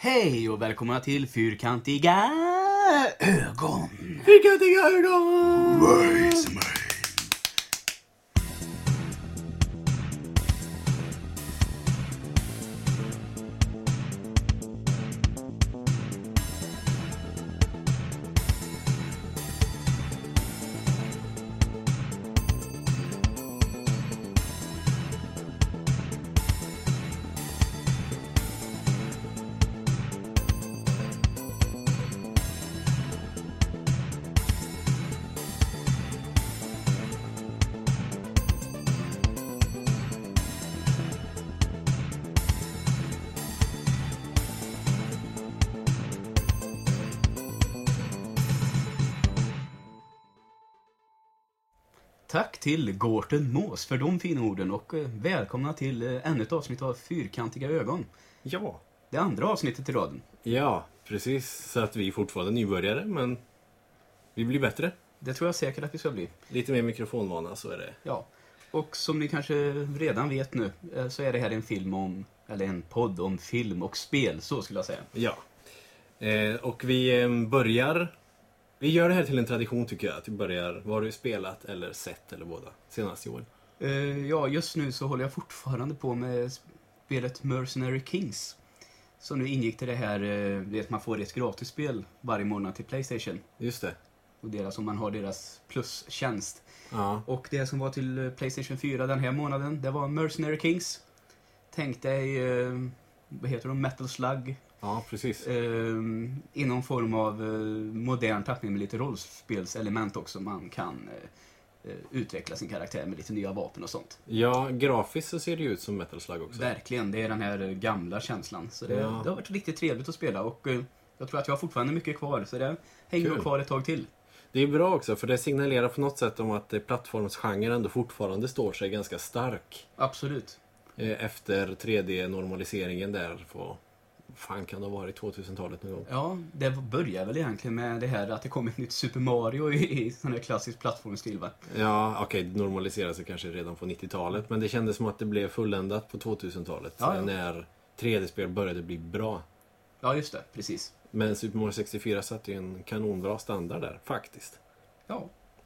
Hej och välkomna till Fyrkantiga ögon. Fyrkantiga ögon! Raise me. Tack till Gårten Mås för de fina orden och välkomna till ännu ett avsnitt av Fyrkantiga ögon. Ja. Det andra avsnittet i raden. Ja, precis. Så att vi är fortfarande nybörjare, men vi blir bättre. Det tror jag säkert att vi ska bli. Lite mer mikrofonvana, så är det. Ja, och som ni kanske redan vet nu så är det här en film om, eller en podd om film och spel, så skulle jag säga. Ja. Och vi börjar... Vi gör det här till en tradition tycker jag. Att vi börjar, vad har du spelat eller sett eller båda senast Joel? Ja, just nu så håller jag fortfarande på med spelet Mercenary Kings. Så nu ingick det här, vet man får ett gratisspel varje månad till PlayStation. Just det. Och deras, om man har deras plustjänst. Ja. Och det som var till PlayStation 4 den här månaden, det var Mercenary Kings. Tänk dig, vad heter de? Metal Slug. Ja, precis. I någon form av modern tappning med lite rollspelselement också. Man kan utveckla sin karaktär med lite nya vapen och sånt. Ja, grafiskt så ser det ut som Metal Slug också. Verkligen, det är den här gamla känslan. Så det, Ja. det har varit riktigt trevligt att spela och jag tror att jag har fortfarande mycket kvar. Så det hänger Kul. kvar ett tag till. Det är bra också, för det signalerar på något sätt om att plattformsgenren ändå fortfarande står sig ganska stark. Absolut. Efter 3D-normaliseringen där på... Fan kan det ha varit 2000-talet någon gång? Ja, det börjar väl egentligen med det här att det kom ett nytt Super Mario i sån här klassisk plattformsstil, va? Ja, okej, det normaliserade sig kanske redan på 90-talet. Men det kändes som att det blev fulländat på 2000-talet. Ja, ja. När 3D-spel började bli bra. Ja, just det, precis. Men Super Mario 64 satte ju en kanonbra standard där, faktiskt. Ja,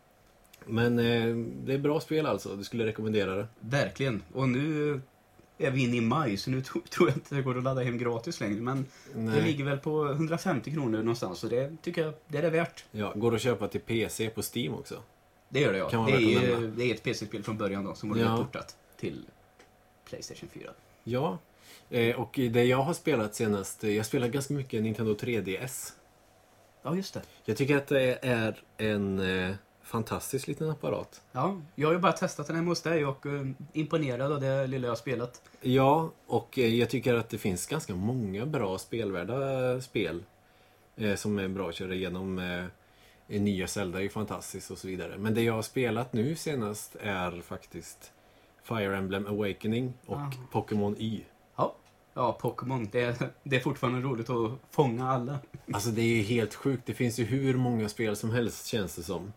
Men det är bra spel alltså, du skulle rekommendera det. verkligen. Och nu är vi inne i maj, så nu tror jag inte det går att ladda hem gratis längre. Men det Nej. ligger väl på 150 kronor någonstans, så det tycker jag det är det värt. Ja, går att köpa till PC på Steam också. Det gör det, ja. Kan man Det väl är, nämna. det är ett PC-spel från början då, som var Ja. portat till PlayStation 4. Ja, och det jag har spelat senast, jag spelat ganska mycket Nintendo 3DS. Ja, just det. Jag tycker att det är en fantastisk liten apparat. Ja, jag har ju bara testat den hemma hos dig och imponerad av det lilla jag har spelat. Ja, och jag tycker att det finns ganska många bra spelvärda spel som är bra att köra igenom. Nya Zelda är ju fantastiskt och så vidare. Men det jag har spelat nu senast är faktiskt Fire Emblem Awakening och Pokémon Y. Ja, Pokémon, det är fortfarande roligt att fånga alla. Alltså det är helt sjukt. Det finns ju hur många spel som helst känns det som.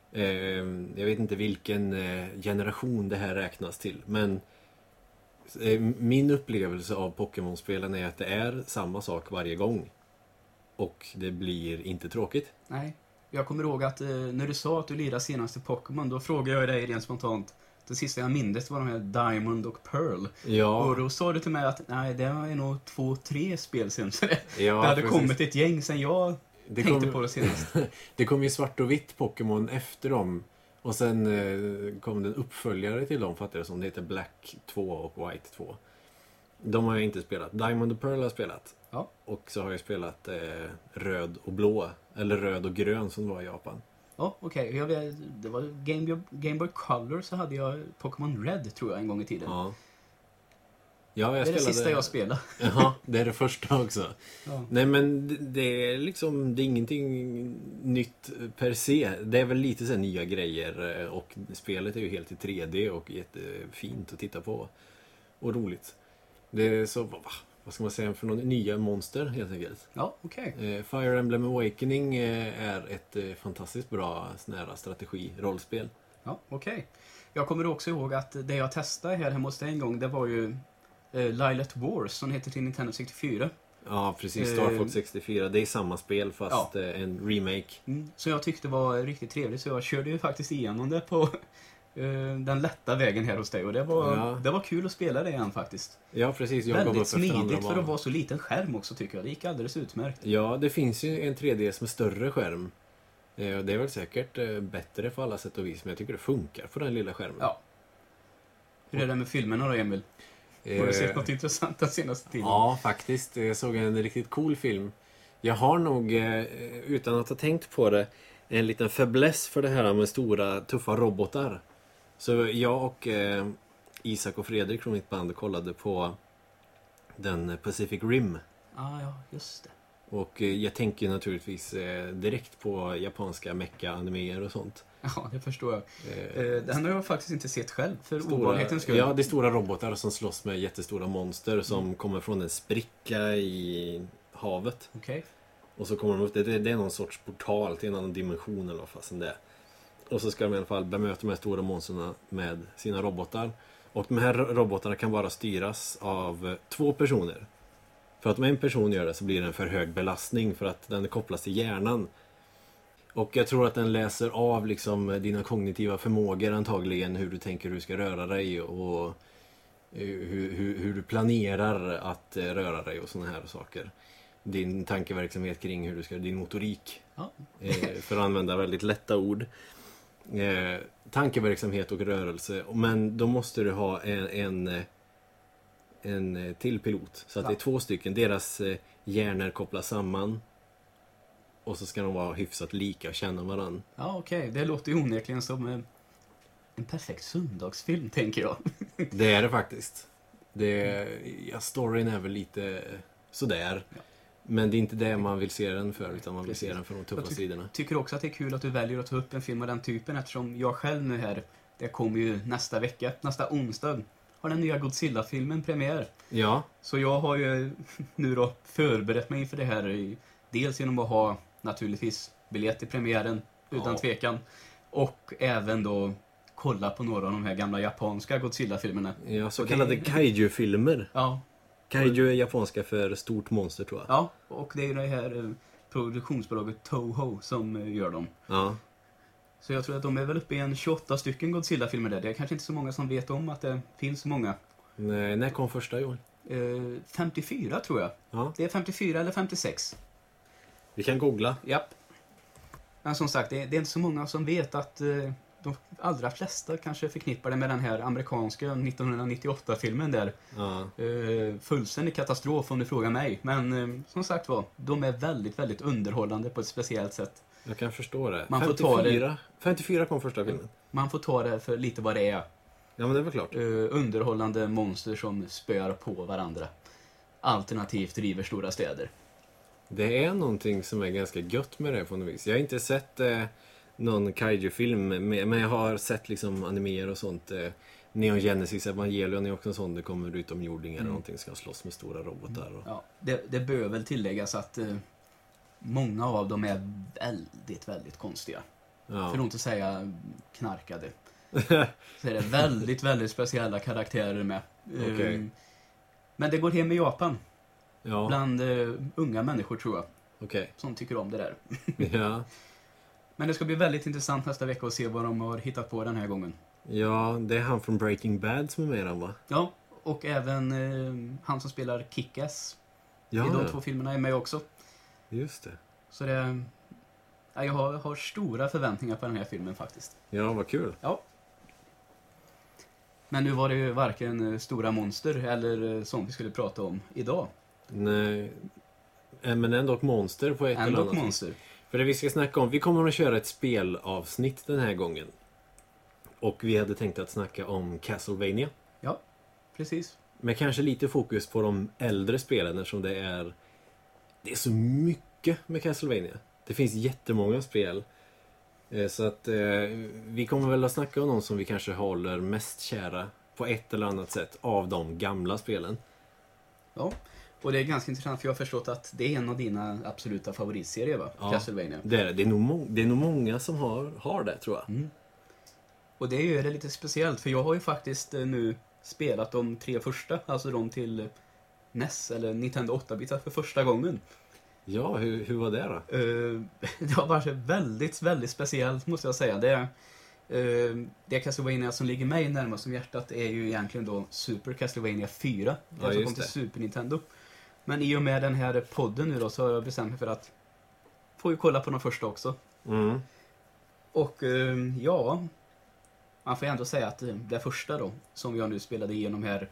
Jag vet inte vilken generation det här räknas till. Men min upplevelse av Pokémon-spelen är att det är samma sak varje gång. Och det blir inte tråkigt. Nej, jag kommer ihåg att när du sa att du lirade senaste Pokémon, då frågade jag dig rent spontant. Det sista jag mindes var de här Diamond och Pearl. Ja, Och då sa du till mig att nej, det är nog 2-3 spel sen. Så det ja, hade precis. kommit ett gäng sen jag tänkte på det senast. Det kom ju svart och vitt Pokémon efter dem. Och sen kom det en uppföljare till dem, fattar jag, som det heter Black 2 och White 2. De har jag inte spelat. Diamond och Pearl har jag spelat. Ja. Och så har jag spelat röd och blå. Eller röd och grön som det var i Japan. Ja, okej. Det var Game Boy Color, så hade jag Pokémon Red, tror jag, en gång i tiden. Ja. Ja, Det är det sista jag spelade. Jaha, det är det första också. Ja. Nej, men det är liksom, det är ingenting nytt per se. Det är väl lite så här nya grejer och spelet är ju helt i 3D och jättefint att titta på. Och roligt. Det är så, vad ska man säga, för några nya monster helt enkelt. Ja, okej. Fire Emblem Awakening är ett fantastiskt bra nära strategi-rollspel. Ja, okej. Jag kommer också ihåg att det jag testade här hemma hos dig en gång, det var ju Lylat Wars, som heter till Nintendo 64. Ja, precis. Star Fox 64. Det är samma spel fast en remake. Så jag tyckte det var riktigt trevligt. Så jag körde ju faktiskt igenom det på den lätta vägen här hos dig. Och det var kul att spela det igen faktiskt. Ja, precis. Jag väldigt smidigt för att vara så liten skärm också tycker jag. Det gick alldeles utmärkt. Ja, det finns ju en 3DS med större skärm. Det är väl säkert bättre på alla sätt och vis. Men jag tycker det funkar på den lilla skärmen. Ja. Hur är det med filmerna då, Emil? Har du sett något intressant den senaste tiden? Ja, faktiskt. Jag såg en riktigt cool film. Jag har nog, utan att ha tänkt på det, en liten fäbless för det här med stora, tuffa robotar. Så jag och Isak och Fredrik från mitt band kollade på den Pacific Rim. Ja, just det. Och jag tänker naturligtvis direkt på japanska mecha-animéer och sånt. Ja, det förstår jag. Den har jag faktiskt inte sett själv, för ovanlighetens skull. Ja, det är stora robotar som slåss med jättestora monster som kommer från en spricka i havet. Okej. Och så kommer de upp, det är någon sorts portal till en annan dimension eller vad fasen det är. Och så ska de i alla fall bemöta de här stora monsterna med sina robotar. Och de här robotarna kan bara styras av 2 personer. För att om en person gör det så blir det en för hög belastning för att den är kopplad till hjärnan. Och jag tror att den läser av liksom dina kognitiva förmågor antagligen, hur du tänker hur du ska röra dig och hur du planerar att röra dig och såna här saker. Din tankeverksamhet kring hur du ska, din motorik. Ja. För att använda väldigt lätta ord. Tankeverksamhet och rörelse. Men då måste du ha en till pilot. Så att det är 2 stycken. Deras hjärnor kopplas samman. Och så ska de vara hyfsat lika och känna varandra. Ja, okej. Det låter ju onekligen som en perfekt söndagsfilm, tänker jag. Det är det faktiskt. Storyn är väl lite sådär. Ja. Men det är inte det man vill se den för, utan man vill se den för de tuffa sidorna. Jag tycker också att det är kul att du väljer att ta upp en film av den typen, eftersom jag själv nu här, det kommer ju nästa vecka, nästa onsdag, har den nya Godzilla-filmen premiär. Ja. Så jag har ju nu då förberett mig inför det här, dels genom att ha naturligtvis biljett till premiären, utan tvekan, och även då kolla på några av de här gamla japanska Godzilla-filmerna. Ja, så kallade kaiju-filmer. Ja. Kaiju är japanska för stort monster, tror jag. Ja, och det är det här produktionsbolaget Toho som gör dem. Ja. Så jag tror att de är väl uppe i en 28 stycken Godzilla-filmer där. Det är kanske inte så många som vet om att det finns så många. Nej, när kom första år? 54 tror jag. Ja. Det är 54 eller 56. Vi kan googla. Japp. Men som sagt, det är inte så många som vet att de allra flesta kanske förknippar det med den här amerikanska 1998-filmen där. Ja. Fullständig katastrof om du frågar mig. Men som sagt var, de är väldigt, väldigt underhållande på ett speciellt sätt. Jag kan förstå det. Man 54 kom första filmen. Man får ta det för lite vad det är. Ja, men det är väl klart. Underhållande monster som spöar på varandra. Alternativt river stora städer. Det är någonting som är ganska gött med det på något vis. Jag har inte sett någon kaiju-film, men jag har sett liksom animéer och sånt. Neon Genesis Evangelion är också en sån. Det kommer utomjordingar eller någonting ska slåss med stora robotar. Och... Ja, det bör väl tilläggas att många av dem är väldigt, väldigt konstiga. Ja. För att inte säga knarkade. Så är det väldigt, väldigt speciella karaktärer med. Okay. Men det går hem i Japan. Ja. Bland unga människor, tror jag. Okay. Som tycker om det där. Ja. Men det ska bli väldigt intressant nästa vecka att se vad de har hittat på den här gången. Ja, det är han från Breaking Bad som är med den, va? Ja, och även han som spelar Kick-Ass i de 2 filmerna är med också. Just det. Så det... Ja, jag har stora förväntningar på den här filmen faktiskt. Ja, vad kul. Ja. Men nu var det ju varken stora monster eller sånt vi skulle prata om idag. Nej, men ändå monster på ett eller annat monster. För det vi ska snacka om, vi kommer att köra ett spelavsnitt den här gången. Och vi hade tänkt att snacka om Castlevania. Ja, precis. Med kanske lite fokus på de äldre spelen, eftersom det är så mycket med Castlevania. Det finns jättemånga spel. Så att vi kommer väl att snacka om någon som vi kanske håller mest kära på ett eller annat sätt av de gamla spelen. Ja, och det är ganska intressant för jag har förstått att det är en av dina absoluta favoritserier, va? Ja, Castlevania. Det är nog många som har det, tror jag. Mm. Och det gör det lite speciellt, för jag har ju faktiskt nu spelat de 3 första, alltså de till NES eller Nintendo 8-bitar för första gången. Ja, hur var det då? Det har varit väldigt, väldigt speciellt måste jag säga. Det Castlevania som ligger mig närmast som hjärtat är ju egentligen då Super Castlevania 4. Det som kom till Super Nintendo. Men i och med den här podden nu då så har jag bestämt mig för att få ju kolla på de första också. Mm. Och ja, man får ändå säga att det första då som jag nu spelade igenom här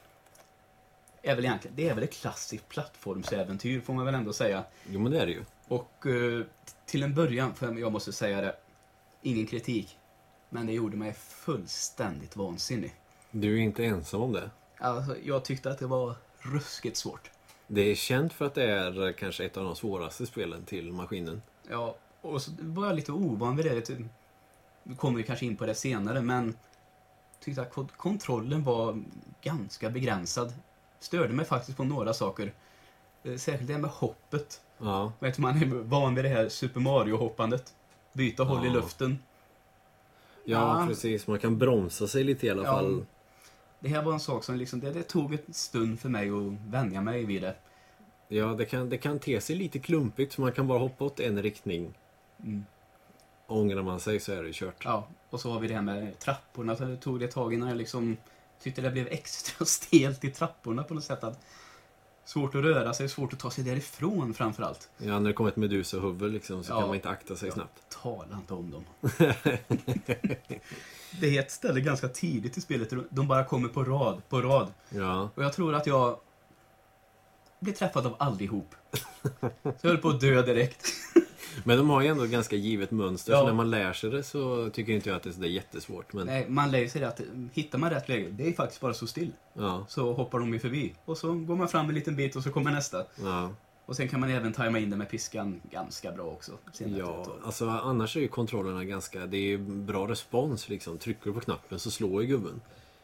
är väl egentligen, det är väl ett klassiskt plattformsäventyr får man väl ändå säga. Jo, men det är det ju. Och till en början, för jag måste säga det, ingen kritik, men det gjorde mig fullständigt vansinnig. Du är inte ensam om det. Alltså, jag tyckte att det var ruskigt svårt. Det är känt för att det är kanske ett av de svåraste spelen till maskinen. Ja, och så var jag lite ovan vid det. Vi kommer ju kanske in på det senare, men tyckte att kontrollen var ganska begränsad. Störde mig faktiskt på några saker. Särskilt det med hoppet. Ja. Vet du, man är van vid det här Super Mario-hoppandet. Byta håll i luften. Ja, precis. Man kan bromsa sig lite i alla fall. Det här var en sak som liksom, det tog ett stund för mig att vänja mig vid det. Ja, det kan te sig lite klumpigt, för man kan bara hoppa åt en riktning. Mm. Ångrar man sig så är det kört. Ja, och så har vi det här med trapporna. Så det tog ett tag innan jag liksom tyckte det blev extra stelt i trapporna på något sätt. Att svårt att röra sig, svårt att ta sig därifrån framförallt. Ja, när det kommer ett medusa-huvud liksom, så kan man inte akta sig snabbt. Tala inte om dem. Det är ett ställe ganska tidigt i spelet. De bara kommer på rad. Ja. Och jag tror att jag blir träffad av allihop. Så jag höll på att dö direkt. Men de har ju ändå ett ganska givet mönster, Ja. så när man lär sig det så tycker inte jag att det är så jättesvårt. Men... Nej, man lär sig det att hittar man rätt läge, det är faktiskt bara så still. Ja. Så hoppar de ju förbi. Och så går man fram en liten bit och så kommer nästa. Ja. Och sen kan man även tajma in det med piskan ganska bra också. Ja, alltså annars är ju kontrollerna ganska, det är ju bra respons liksom. Trycker du på knappen så slår ju gubben.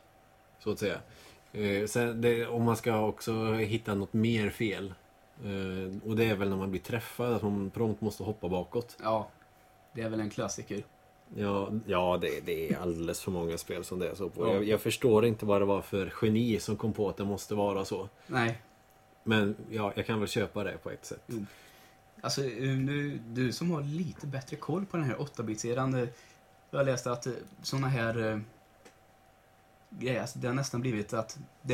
Så att säga. Sen om man ska också hitta något mer fel. Och det är väl när man blir träffad, att man prompt måste hoppa bakåt. Ja, det är väl en klassiker. Ja, det är alldeles för många spel som det är så på. Ja. Jag förstår inte vad det var för geni som kom på att det måste vara så. Nej. Men ja, jag kan väl köpa det på ett sätt. Jo. Alltså, nu, du som har lite bättre koll på den här 8-bit-serien. Jag läste att såna här grejer, alltså, det har nästan blivit att det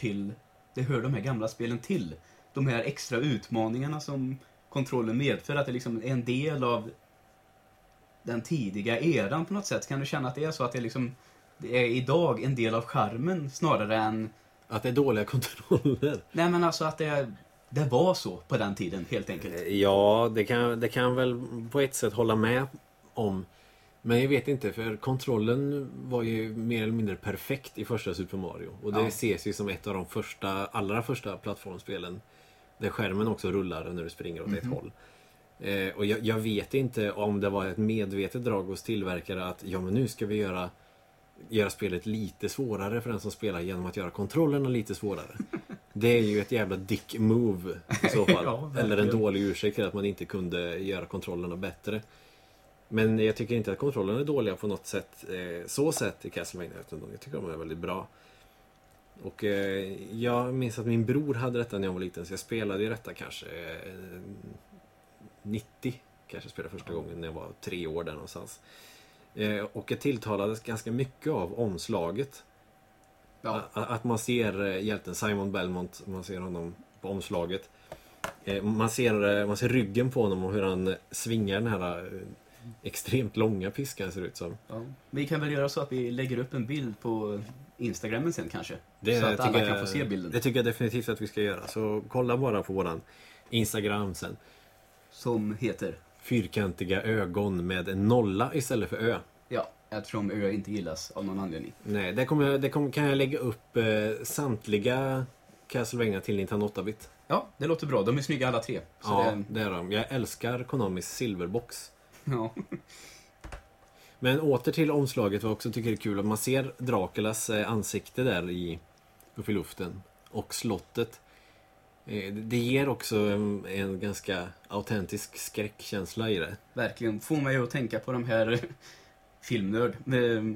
hör de här gamla spelen till. De här extra utmaningarna som kontrollen medför, att det liksom är en del av den tidiga eran på något sätt. Kan du känna att det är så att det är idag en del av charmen snarare än... Att det är dåliga kontroller. Nej, men alltså att det var så på den tiden, helt enkelt. Ja, det kan väl på ett sätt hålla med om. Men jag vet inte, för kontrollen var ju mer eller mindre perfekt i första Super Mario. Och det ses ju som ett av de allra första plattformsspelen. Där skärmen också rullar när du springer åt ett håll. Och jag vet inte om det var ett medvetet drag hos tillverkare att ja, men nu ska vi göra spelet lite svårare för den som spelar genom att göra kontrollerna lite svårare. Det är ju ett jävla dick move i så fall. Ja, eller en dålig ursäkt till att man inte kunde göra kontrollerna bättre. Men jag tycker inte att kontrollerna är dåliga på något sätt. Så sätt i Castlevania, utan jag tycker de är väldigt bra. Och jag minns att min bror hade detta när jag var liten, så jag spelade ju detta kanske 90. Kanske spelade första gången när jag var 3 år där någonstans. Och jag tilltalades ganska mycket av omslaget. Ja. Att man ser hjälten Simon Belmont, man ser honom på omslaget. Man ser ryggen på honom och hur han svingar den här extremt långa piskan, ser ut som. Ja. Vi kan väl göra så att vi lägger upp en bild på Instagrammen sen kanske. Så att alla kan få se bilden. Det tycker jag definitivt att vi ska göra. Så kolla bara på våran Instagram sen. Som heter? Fyrkantiga ögon med en nolla istället för ö. Ja, eftersom ö inte gillas av någon anledning. Nej, kan jag lägga upp samtliga Castlevania till Nintendo 8-bit. Ja, det låter bra. De är snygga alla 3. Så ja, det är de. Jag älskar Konamis silverbox. Ja. Men åter till omslaget, vad jag också tycker är kul, att man ser Draculas ansikte där uppe i luften och slottet. Det ger också en ganska autentisk skräckkänsla i det. Verkligen. Får mig att tänka på de här filmnörd.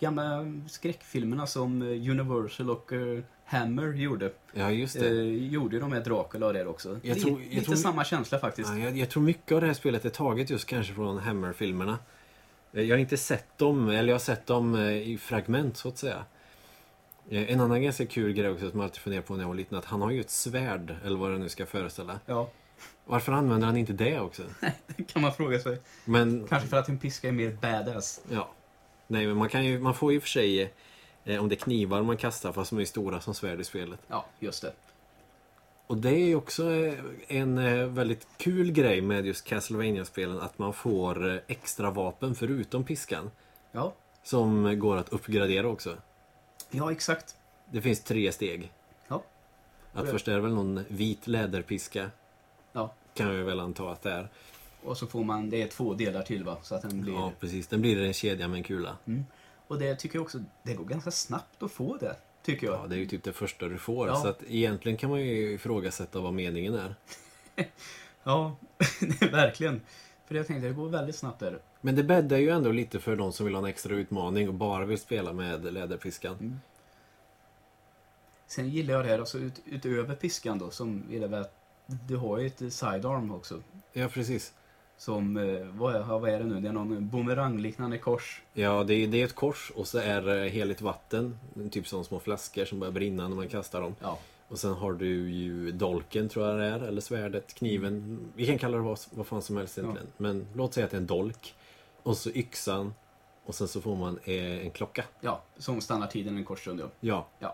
gamla skräckfilmerna som Universal och Hammer gjorde. Ja, just det. Gjorde de med Dracula och det också. Lite samma känsla faktiskt. Ja, jag tror mycket av det här spelet är taget just kanske från Hammer-filmerna. Jag har inte sett dem, eller jag har sett dem i fragment så att säga. En annan ganska kul grej också som jag alltid funderar på när jag var liten, att han har ju ett svärd, eller vad det nu ska föreställa. Ja. Varför använder han inte det också? Det kan man fråga sig. Men, kanske för att en piska är mer badass. Ja. Nej, men man får ju för sig om det är knivar man kastar, fast de är stora som svärd i spelet. Ja, just det. Och det är ju också en väldigt kul grej med just Castlevania-spelen, att man får extra vapen förutom piskan. Ja. Som går att uppgradera också. Ja, exakt. Det finns 3 steg. Ja. Att först är det väl någon vit läderpiska. Ja. Kan jag väl anta att det är. Och så får man, det är 2 delar till va? Så att den blir... Ja, precis. Den blir en kedja med en kula. Mm. Och det tycker jag också, det går ganska snabbt att få det, tycker jag. Ja, det är ju typ det första du får. Ja. Så att egentligen kan man ju ifrågasätta vad meningen är. Ja, verkligen. För jag tänkte, det går väldigt snabbt där. Men det bäddar ju ändå lite för de som vill ha en extra utmaning och bara vill spela med läderpiskan. Mm. Sen gillar jag det här, alltså utöver piskan då, som är det väl att du har ju ett sidearm också. Ja, precis. Som, vad är det nu? Det är någon bumerangliknande kors. Ja, det är ett kors och så är det heligt vatten. Typ som små flaskor som börjar brinna när man kastar dem. Ja. Och sen har du ju dolken, tror jag det är, eller svärdet, kniven. Vi kan kalla det vad fan som helst egentligen. Ja. Men låt säga att det är en dolk. Och så yxan. Och sen så får man en klocka. Ja, som stannar tiden en kort stund. Ja. Ja.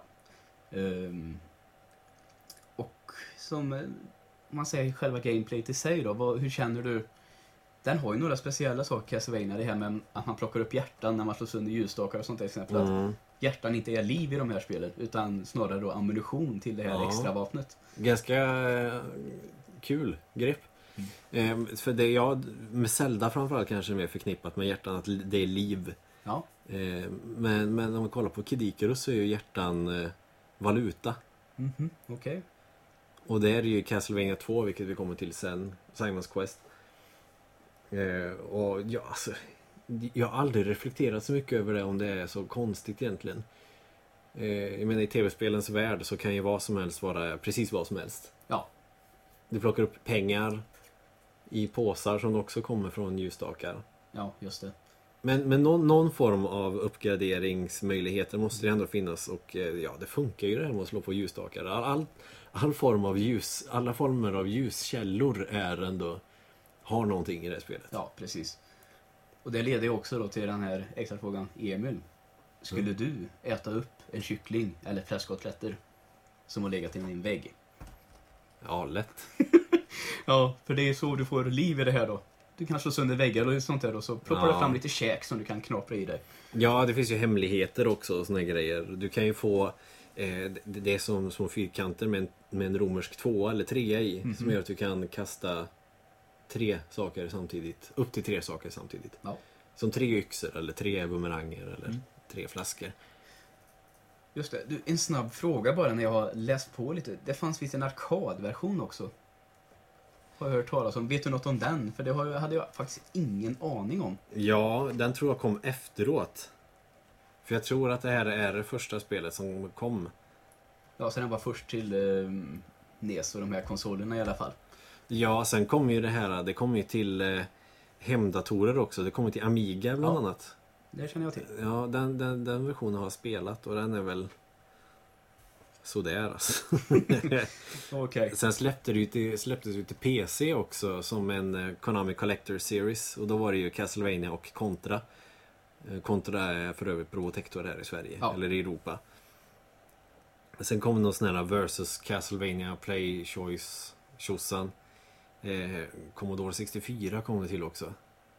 Och som man säger, själva gameplayet i sig då, hur känner du? Den har ju några speciella saker, Castlevania, det här med att man plockar upp hjärtan när man slår sönder ljusstakar och sånt till exempel. Att hjärtan inte är liv i de här spelen, utan snarare då ammunition till det här extra vapnet. Ganska kul grepp. För det jag med Zelda framförallt kanske är mer förknippat med hjärtan, att det är liv. Ja. Men om man kollar på Kid Icarus så är ju hjärtan valuta. Okej. Och det är ju Castlevania 2, vilket vi kommer till sen, Simon's Quest. Och ja, alltså, jag har aldrig reflekterat så mycket över det, om det är så konstigt egentligen. Jag menar, i tv-spelens värld så kan ju vad som helst vara precis vad som helst. Ja. Du plockar upp pengar i påsar som också kommer från ljusstakar. Ja, just det. Men någon form av uppgraderingsmöjligheter måste det ändå finnas. Och ja, det funkar ju det här med att slå på ljusstakar. All form av ljus, alla former av ljuskällor är ändå, har någonting i det här spelet. Ja, precis. Och det leder ju också då till den här extra frågan. Emil, skulle du äta upp en kyckling eller fläskkotletter som har legat i din vägg? Ja, lätt. Ja, för det är så du får liv i det här då. Du kan slå sönder väggar och sånt där, och så ploppar du fram lite käk som du kan knapra i dig. Ja, det finns ju hemligheter också och såna grejer. Du kan ju få det är som små fyrkanter med en romersk 2 eller 3 i, som gör att du kan kasta 3 saker samtidigt. Upp till 3 saker samtidigt. Ja. Som 3 yxor eller 3 bumeranger eller 3 flaskor. Just det. Du, en snabb fråga bara när jag har läst på lite. Det fanns visst en arkadversion också. Har jag hört talas om. Vet du något om den? För det hade jag faktiskt ingen aning om. Ja, den tror jag kom efteråt. För jag tror att det här är det första spelet som kom. Ja, så den var först till NES och de här konsolerna i alla fall. Ja, sen kom ju det kom ju till hemdatorer också. Det kom ju till Amiga bland annat. Det känner jag till. Ja, den versionen har jag spelat och den är väl sådär alltså. Okay. Sen släpptes det till PC också som en Konami Collector Series. Och då var det ju Castlevania och Contra. Contra är för övrigt Probotector här i Sverige, eller i Europa. Sen kom någon sån här versus Castlevania Play Choice tjosan. Commodore 64 kom det till också.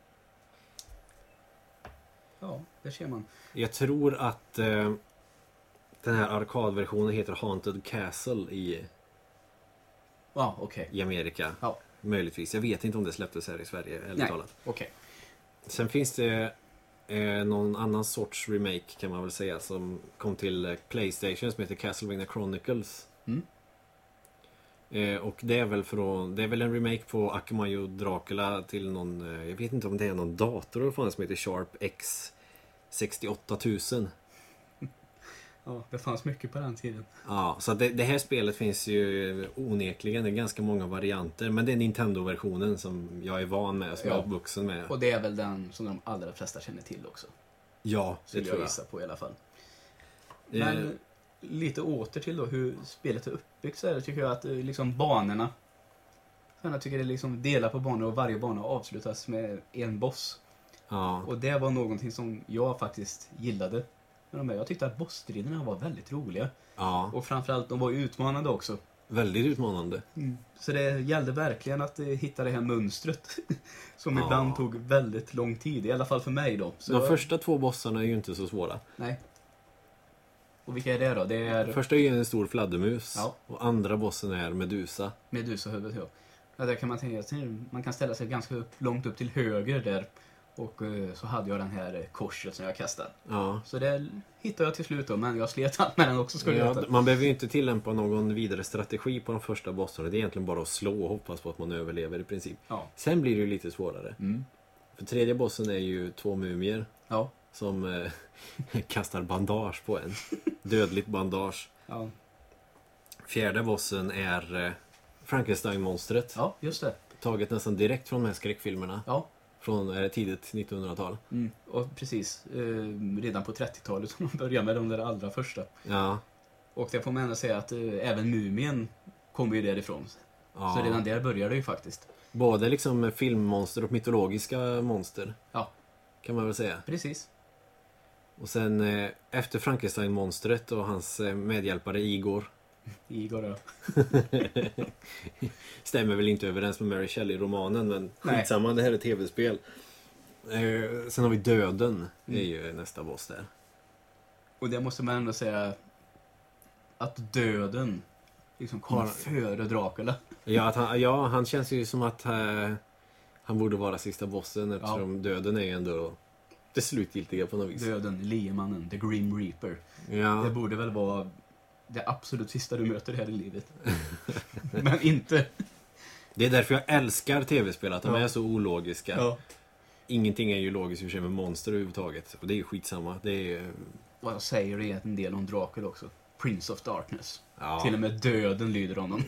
Ja, det ser man. Jag tror att den här arkadversionen heter Haunted Castle i i Amerika. Ja. Möjligtvis. Jag vet inte om det släpptes här i Sverige eller talat. Okay. Sen finns det någon annan sorts remake kan man väl säga som kom till PlayStation som heter Castlevania Chronicles. Och det är väl en remake på Akumayo Dracula till någon, jag vet inte om det är någon dator eller fan som heter Sharp X 68 000. Ja, det fanns mycket på den tiden. Ja, så det här spelet finns ju onekligen i ganska många varianter. Men det är Nintendo-versionen som jag är van med, som jag är uppvuxen med. Och det är väl den som de allra flesta känner till också. Ja, det Skulle tror jag jag. gissa på i alla fall. Men lite åter till då hur spelet är uppbyggt, så här tycker jag att liksom banorna. Sen jag tycker det liksom delar på banor och varje bana avslutas med en boss. Ja. Och det var någonting som jag faktiskt gillade. Jag tyckte att bossstriderna var väldigt roliga. Ja, Och framförallt, de var ju utmanande också. väldigt utmanande. Så det gällde verkligen att hitta det här mönstret. Som ibland tog väldigt lång tid, i alla fall för mig då. Så De första 2 bossarna är ju inte så svåra. Nej. Och vilka är det då? Det är Första är ju en stor fladdermus. Ja. Och andra bossen är Medusa. Medusa-huvudet, ja. Ja, där kan man tänka sig, man kan ställa sig ganska långt upp till höger där. Och så hade jag den här korset som jag kastade. Ja. Så det hittade jag till slut då, men jag slet allt med den också, skulle jag veta. Man behöver ju inte tillämpa någon vidare strategi på de första bossarna. Det är egentligen bara att slå och hoppas på att man överlever i princip. Ja. Sen blir det ju lite svårare. Mm. För tredje bossen är ju 2 mumier Ja. som kastar bandage på en. Dödligt bandage. Ja. Fjärde bossen är Frankenstein-monstret. Ja, just det. Taget nästan direkt från de här skräckfilmerna. Ja. Från tidigt 1900-tal. Och precis, redan på 30-talet som de började med de där allra första. Ja. Och det får man ändå säga att även Mumien kommer ju därifrån. Ja. Så redan där började det ju faktiskt. Både liksom filmmonster och mytologiska monster. Ja. Kan man väl säga. Precis. Och sen efter Frankenstein-monstret och hans medhjälpare Igor. Igor då. Stämmer väl inte överens med Mary Shelley-romanen, men Nej. skitsamma, det här är tv-spel. Sen har vi Döden, det är ju nästa boss där. Och det måste man ändå säga att Döden liksom kommer före Dracula. Ja, han känns ju som att han borde vara sista bossen, eftersom Döden är ju ändå det slutgiltiga på något vis. Döden, liemannen, the Grim Reaper. Ja. Det borde väl vara det absolut sista du möter här i livet. Men inte. Det är därför jag älskar tv-spel, att de är så ologiska. Ja. Ingenting är ju logiskt i och för sig med monster överhuvudtaget. Och det är ju skitsamma. Det är... Vad jag säger är en del om Dracula också. Prince of Darkness. Ja. Till och med döden lyder honom.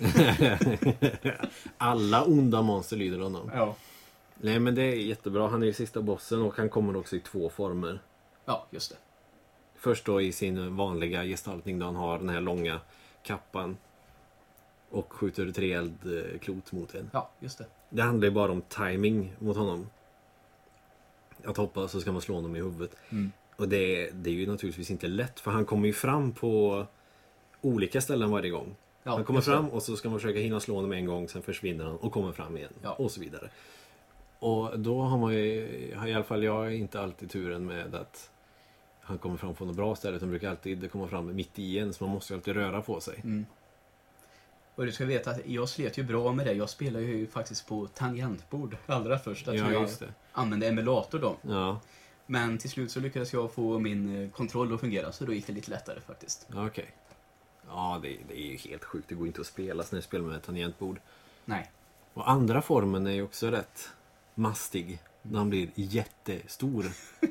Alla onda monster lyder honom. Ja. Nej, men det är jättebra. Han är ju sista bossen och han kommer också i 2 former. Ja, just det. Först då i sin vanliga gestaltning då han har den här långa kappan och skjuter 3 eldklot mot en. Ja, just det. Det handlar ju bara om timing mot honom. Att hoppa så ska man slå honom i huvudet. Och det är ju naturligtvis inte lätt, för han kommer ju fram på olika ställen varje gång. Ja, han kommer just det. fram och så ska man försöka hinna slå honom en gång, sen försvinner han och kommer fram igen och så vidare. Och då har man ju, i alla fall jag, inte alltid turen med att han kommer fram på något bra ställe. Han brukar alltid komma fram mitt i en, så man måste ju alltid röra på sig. Och du ska veta att jag slet ju bra med det. Jag spelar ju faktiskt på tangentbord allra först. Att jag använde emulator då. Ja. Men till slut så lyckades jag få min kontroll att fungera, så då gick det lite lättare faktiskt. Okej. Ja, det är ju helt sjukt. Det går inte att spela när jag spelar med tangentbord. Nej. Och andra formen är ju också rätt mastig. När han blir jättestor.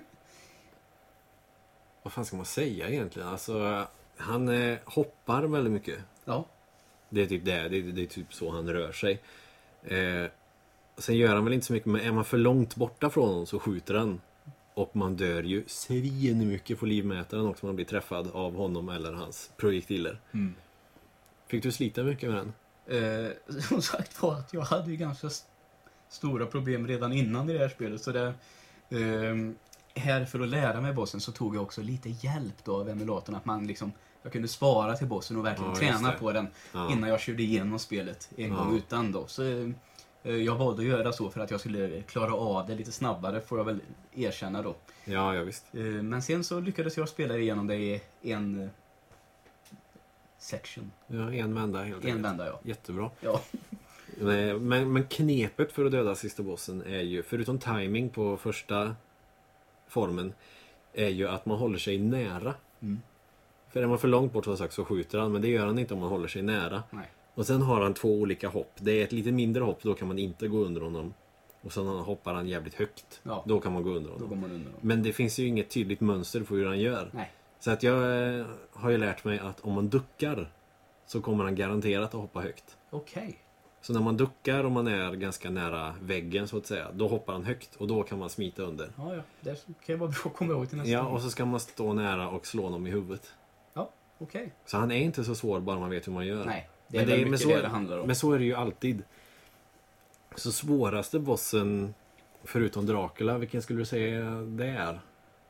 Vad fan ska man säga egentligen? Alltså, han hoppar väldigt mycket. Ja. Det är typ det är typ så han rör sig. Sen gör han väl inte så mycket, men är man för långt borta från honom så skjuter han. Och man dör ju svin mycket på livmätaren också. Man blir träffad av honom eller hans projektiler. Fick du slita mycket med den? Som sagt var att jag hade ju ganska stora problem redan innan i det här spelet. Så det, här för att lära mig bossen så tog jag också lite hjälp då av emulatorn. Att man liksom, jag kunde svara till bossen och verkligen träna på den innan jag körde igenom spelet en gång utan då. Så jag valde att göra så för att jag skulle klara av det lite snabbare, får jag väl erkänna då. Ja, visst. Men sen så lyckades jag spela igenom det i en section. Ja, en vända helt enkelt. En vända, ja. Jättebra. Ja. Men knepet för att döda sista bossen är ju, förutom timing på första formen, är ju att man håller sig nära. För är man för långt bort så skjuter han, men det gör han inte om man håller sig nära. Nej. Och sen har han 2 olika hopp. Det är ett lite mindre hopp, då kan man inte gå under honom. och så hoppar han jävligt högt. Ja. Då kan man gå under Då honom. går man under dem. Men det finns ju inget tydligt mönster på hur han gör. Nej. Så att jag har ju lärt mig att om man duckar så kommer han garanterat att hoppa högt. Okej. Så när man duckar och man är ganska nära väggen så att säga, då hoppar han högt och då kan man smita under. Ja, ja. Det kan ju vara bra att komma ihåg till nästa Ja, gång. och så ska man stå nära och slå honom i huvudet. Ja, okej. Så han är inte så svår bara man vet hur man gör. Nej, det är Men väl men mycket så, det handlar om. Men så är det ju alltid. Så svåraste bossen förutom Dracula, vilken skulle du säga det är?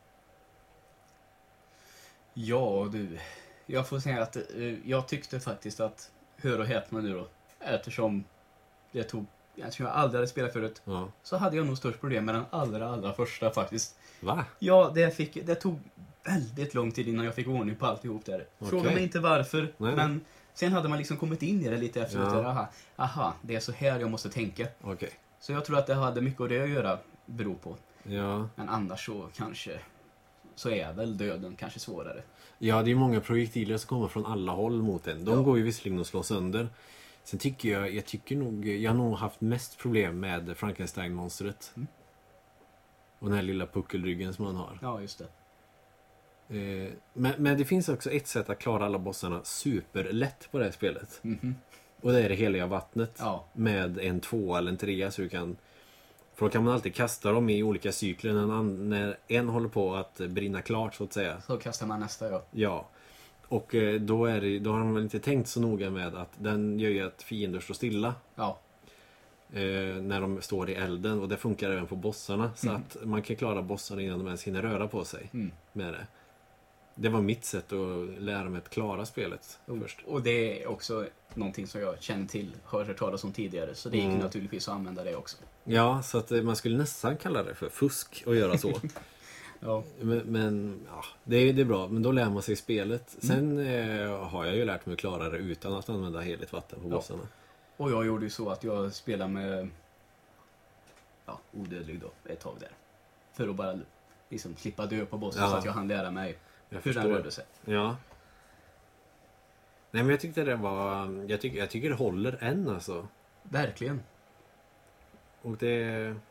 Ja, du. Jag får säga att jag tyckte faktiskt att, hör och häpna nu då, eftersom jag aldrig hade spelat förut, Ja. så hade jag nog störst problem med den allra första faktiskt. Va? Ja, det tog väldigt lång tid innan jag fick ordning på alltihop där. Fråga Okej. mig inte varför, Nej. men sen hade man liksom kommit in i det lite efteråt. Ja. Aha, det är så här jag måste tänka. Okej. Så jag tror att det hade mycket av det att göra, beror på. Ja. Men annars så är väl döden kanske svårare. Ja, det är många projektiler som kommer från alla håll mot en. De Ja. går ju visserligen att slå sönder. Sen tycker jag har nog haft mest problem med Frankenstein-monstret. Mm. Och den här lilla puckelryggen som man har. Ja, just det. Men det finns också ett sätt att klara alla bossarna superlätt på det här spelet. Mhm. Och det är det heliga vattnet. Ja. Med en 2 eller en 3 så du kan... För då kan man alltid kasta dem i olika cykler när en håller på att brinna klart så att säga. Så kastar man nästa, ja. Ja. Och då har de väl inte tänkt så noga med att den gör ju att fiender står stilla. Ja. När de står i elden. Och det funkar även på bossarna. Så att man kan klara bossarna innan de ens hinner röra på sig Mm. med det. Det var mitt sätt att lära mig att klara spelet först. Och det är också någonting som jag känner till, har hört talas om tidigare. Så det gick naturligtvis att använda det också. Ja, så att man skulle nästan kalla det för fusk att göra så. Ja. Men ja, det är bra. Men då lär man sig spelet. Sen har jag ju lärt mig att klara det utan att använda heligt vatten på bossarna. Och jag gjorde ju så att jag spelade med odödlig då, ett tag där. För att bara liksom slippa dö på bossen, Ja. så att jag hann lära mig Jag hur den förstår. rörde sig. Ja. Nej, men jag tyckte det var... Jag tycker det håller än alltså. Verkligen. Och det...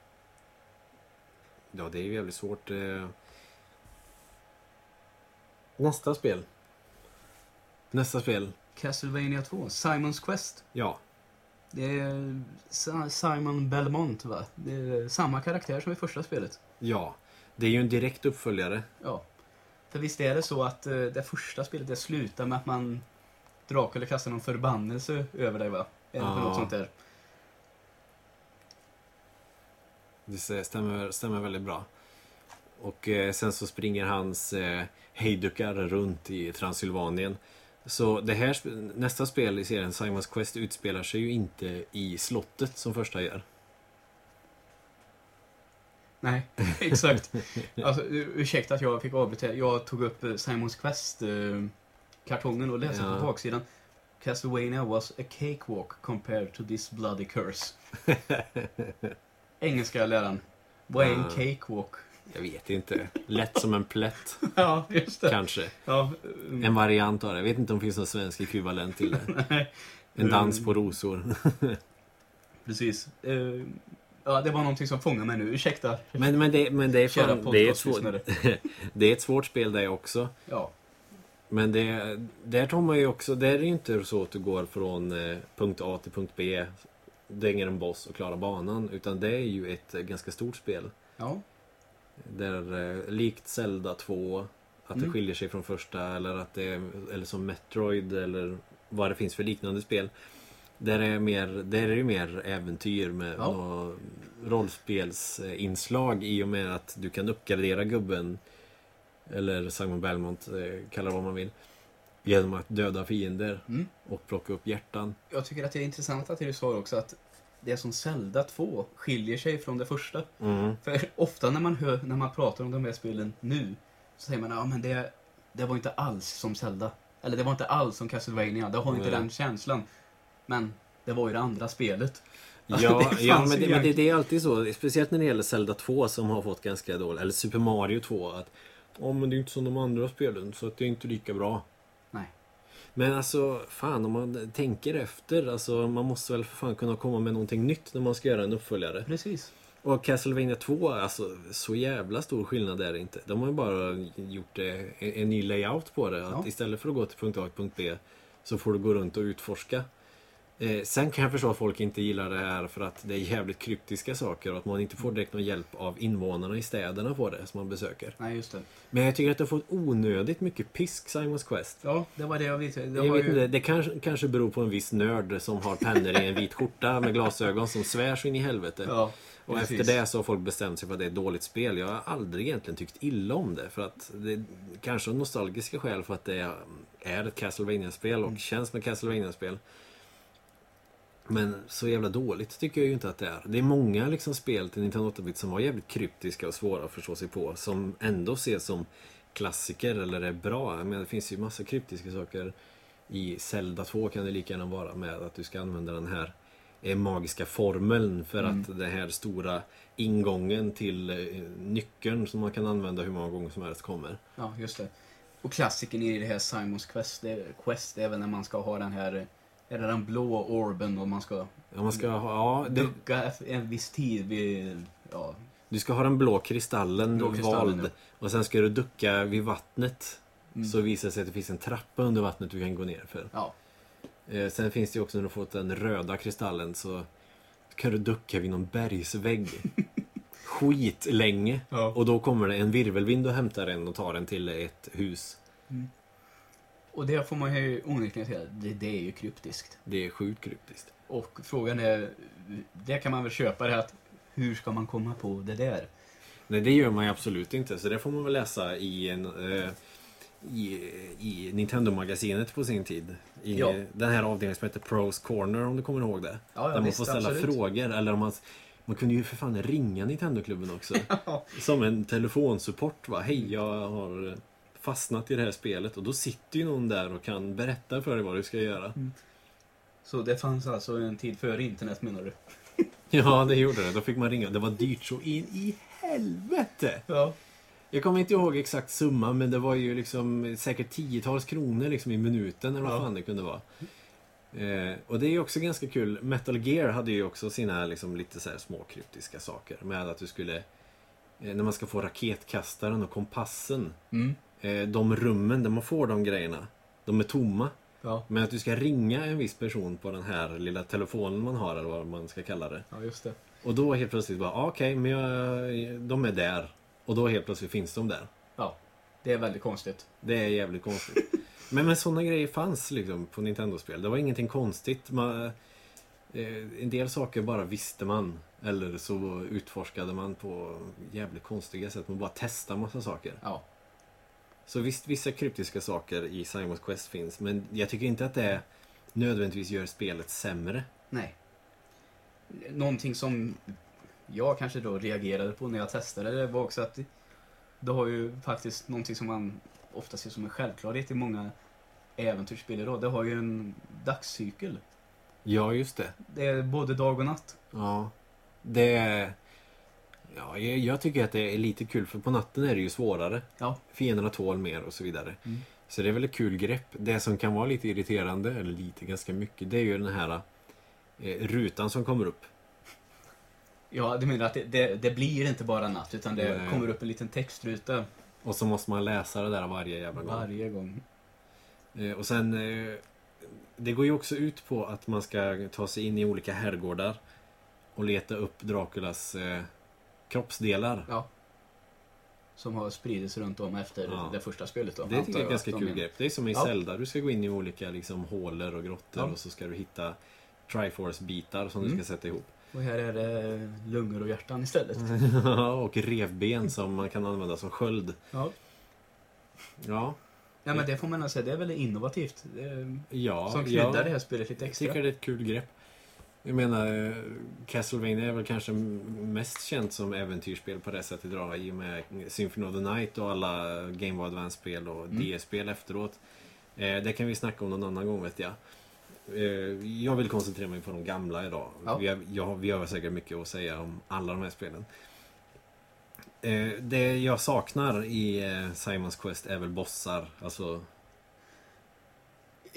Ja, det är ju jävligt svårt. Nästa spel. Castlevania 2, Simon's Quest. Ja. Det är Simon Belmont, va? Det är samma karaktär som i första spelet. Ja. Det är ju en direkt uppföljare. Ja. För visst är det så att det första spelet det slutar med att man Dracula kastar någon förbannelse över dig, va? Eller Ja. något sånt där. Det stämmer väldigt bra. Och sen så springer hans hejdukar runt i Transylvanien. Så det här, nästa spel i serien Simon's Quest utspelar sig ju inte i slottet som första gör. Nej, exakt. Alltså, ursäkta att jag fick avbryta. Jag tog upp Simon's Quest-kartongen och läste på baksidan. Castlevania was a cakewalk compared to this bloody curse. Engelska läraren. Vad är en cakewalk? Jag vet inte. Lätt som en plätt. Ja, just det. Kanske. Ja, En variant av det. Jag vet inte om det finns någon svensk ekvivalent till det. nej. En dans på rosor. Precis. Ja, det var någonting som fångade mig nu. Ursäkta. Men det är Kära fan, det är ett svårt, podcastlyssnare. det är ett svårt spel det också. Ja. Men där tar man ju också, där är det ju inte så att du går från punkt A till punkt B, dänger en boss och klarar banan, utan det är ju ett ganska stort spel. Ja. Där likt Zelda 2, att det skiljer sig från första, eller som Metroid eller vad det finns för liknande spel. Där är det mer äventyr med rollspelsinslag i och med att du kan uppgradera gubben eller Simon Belmont, kalla vad man vill, genom att döda fiender och plocka upp hjärtan. Jag tycker att det är intressant att du sa också att det som Zelda 2 skiljer sig från det första. För ofta när man pratar om de här spelen nu så säger man, ja men det var inte alls som Zelda. Eller det var inte alls som Castlevania. Det har inte den känslan. Men det var ju det andra spelet. Ja, men det är alltid så. Speciellt när det gäller Zelda 2 som har fått ganska dåligt. Eller Super Mario 2. Att, men det är inte som de andra spelen. Så att det är inte lika bra. Nej. Men alltså, fan om man tänker efter. Alltså, man måste väl för fan kunna komma med någonting nytt när man ska göra en uppföljare. Precis. Och Castlevania 2, alltså så jävla stor skillnad är det inte. De har ju bara gjort en ny layout på det. Att istället för att gå till punkt A till punkt B så får du gå runt och utforska. Sen kan jag förstå att folk inte gillar det här för att det är jävligt kryptiska saker och att man inte får direkt någon hjälp av invånarna i städerna på det som man besöker. Nej, just det. Men jag tycker att det har fått onödigt mycket pisk, Simons Quest. Ja, det var det jag vet. Det kanske beror på en viss nörd som har pennor i en vit skjorta med glasögon som svär så in i helvete. Ja, och precis. efter det så har folk bestämt sig för att det är ett dåligt spel. Jag har aldrig egentligen tyckt illa om det. För att det är kanske nostalgiska skäl för att det är ett Castlevania-spel och känns som ett Castlevania-spel. Men så jävla dåligt tycker jag ju inte att det är. Det är många liksom spel till Nintendo 8-bit som var jävligt kryptiska och svåra att förstå sig på. Som ändå ses som klassiker eller är bra. Men det finns ju massa kryptiska saker. I Zelda 2 kan det lika gärna vara med att du ska använda den här magiska formeln för att den här stora ingången till nyckeln som man kan använda hur många gånger som helst kommer. Ja, just det. Och klassiken i det här Simons Quest, Quest är även när man ska ha den här, är det den blå orben och man ska ducka en viss tid vid, ja. Du ska ha den blå kristallen vald ja. och sen ska du ducka vid vattnet. Så visar det sig att det finns en trappa under vattnet du kan gå ner för. Ja. Sen finns det ju också när du fått den röda kristallen så kan du ducka vid någon bergsvägg. Skit länge. Ja. Och då kommer det en virvelvind och hämtar den och tar den till ett hus. Och det får man ju onekligen säga, det är ju kryptiskt. Det är sjukt kryptiskt. Och frågan är, det kan man väl köpa det att hur ska man komma på det där? Nej, det gör man ju absolut inte. Så det får man väl läsa i Nintendo-magasinet på sin tid. I den här avdelningen som heter Pros Corner, om du kommer ihåg det. Ja, där man får ställa frågor. Eller om man kunde ju för fan ringa Nintendo-klubben också. Som en telefonsupport. Hej, jag har fastnat i det här spelet. Och då sitter ju någon där och kan berätta för dig vad du ska göra. Så det fanns alltså en tid före internet, menar du? Ja, det gjorde det. Då fick man ringa. Det var dyrt så in i helvete. Ja. Jag kommer inte ihåg exakt summa, men det var ju liksom säkert 10-tals kronor liksom i minuten eller vad fan det kunde vara. Och det är ju också ganska kul. Metal Gear hade ju också sina liksom lite så här små kryptiska saker med att du skulle när man ska få raketkastaren och kompassen. De rummen där man får de grejerna, de är tomma. Ja. Men att du ska ringa en viss person på den här lilla telefonen man har eller vad man ska kalla det. Ja, just det. Och då helt plötsligt bara, okej, men de är där. Och då helt plötsligt finns de där. Ja, det är väldigt konstigt. Det är jävligt konstigt. men sådana grejer fanns liksom på Nintendo-spel. Det var ingenting konstigt. En del saker bara visste man. Eller så utforskade man på jävligt konstiga sätt. Man bara testade massa saker. Ja. Så visst, vissa kryptiska saker i Simon's Quest finns. Men jag tycker inte att det nödvändigtvis gör spelet sämre. Nej. Någonting som jag kanske då reagerade på när jag testade det var också att det har ju faktiskt någonting som man ofta ser som en självklarhet i många äventyrsspel idag. Det har ju en dagscykel. Ja, just det. Det är både dag och natt. Ja, ja, jag tycker att det är lite kul för på natten är det ju svårare. Ja. Fienderna tål mer och så vidare. Så det är väl ett kul grepp. Det som kan vara lite irriterande, eller lite ganska mycket, det är ju den här rutan som kommer upp. Ja, du menar att det blir inte bara natt utan det kommer upp en liten textruta. Och så måste man läsa det där varje jävla gång. Varje gång. Och sen det går ju också ut på att man ska ta sig in i olika herrgårdar och leta upp Draculas kroppsdelar. Ja. Som har spridits runt om efter det första spelet då. Det tycker jag är ganska kul grepp. Det är som i Zelda. Du ska gå in i olika liksom hålor och grottor och så ska du hitta Triforce-bitar som du ska sätta ihop. Och här är det lungor och hjärtan istället. Och revben som man kan använda som sköld. Ja. Ja. Ja, men det får man säga, det är väl innovativt. Som kryddar det här spelet lite extra. Jag tycker det är ett kul grepp. Jag menar, Castlevania är väl kanske mest känt som äventyrsspel på det sättet idag i och med Symphony of the Night och alla Game Boy Advance-spel och DS-spel efteråt. Det kan vi snacka om någon annan gång, vet jag. Jag vill koncentrera mig på de gamla idag. Ja. Vi har säkert mycket att säga om alla de här spelen. Det jag saknar i Simon's Quest är väl bossar. Alltså...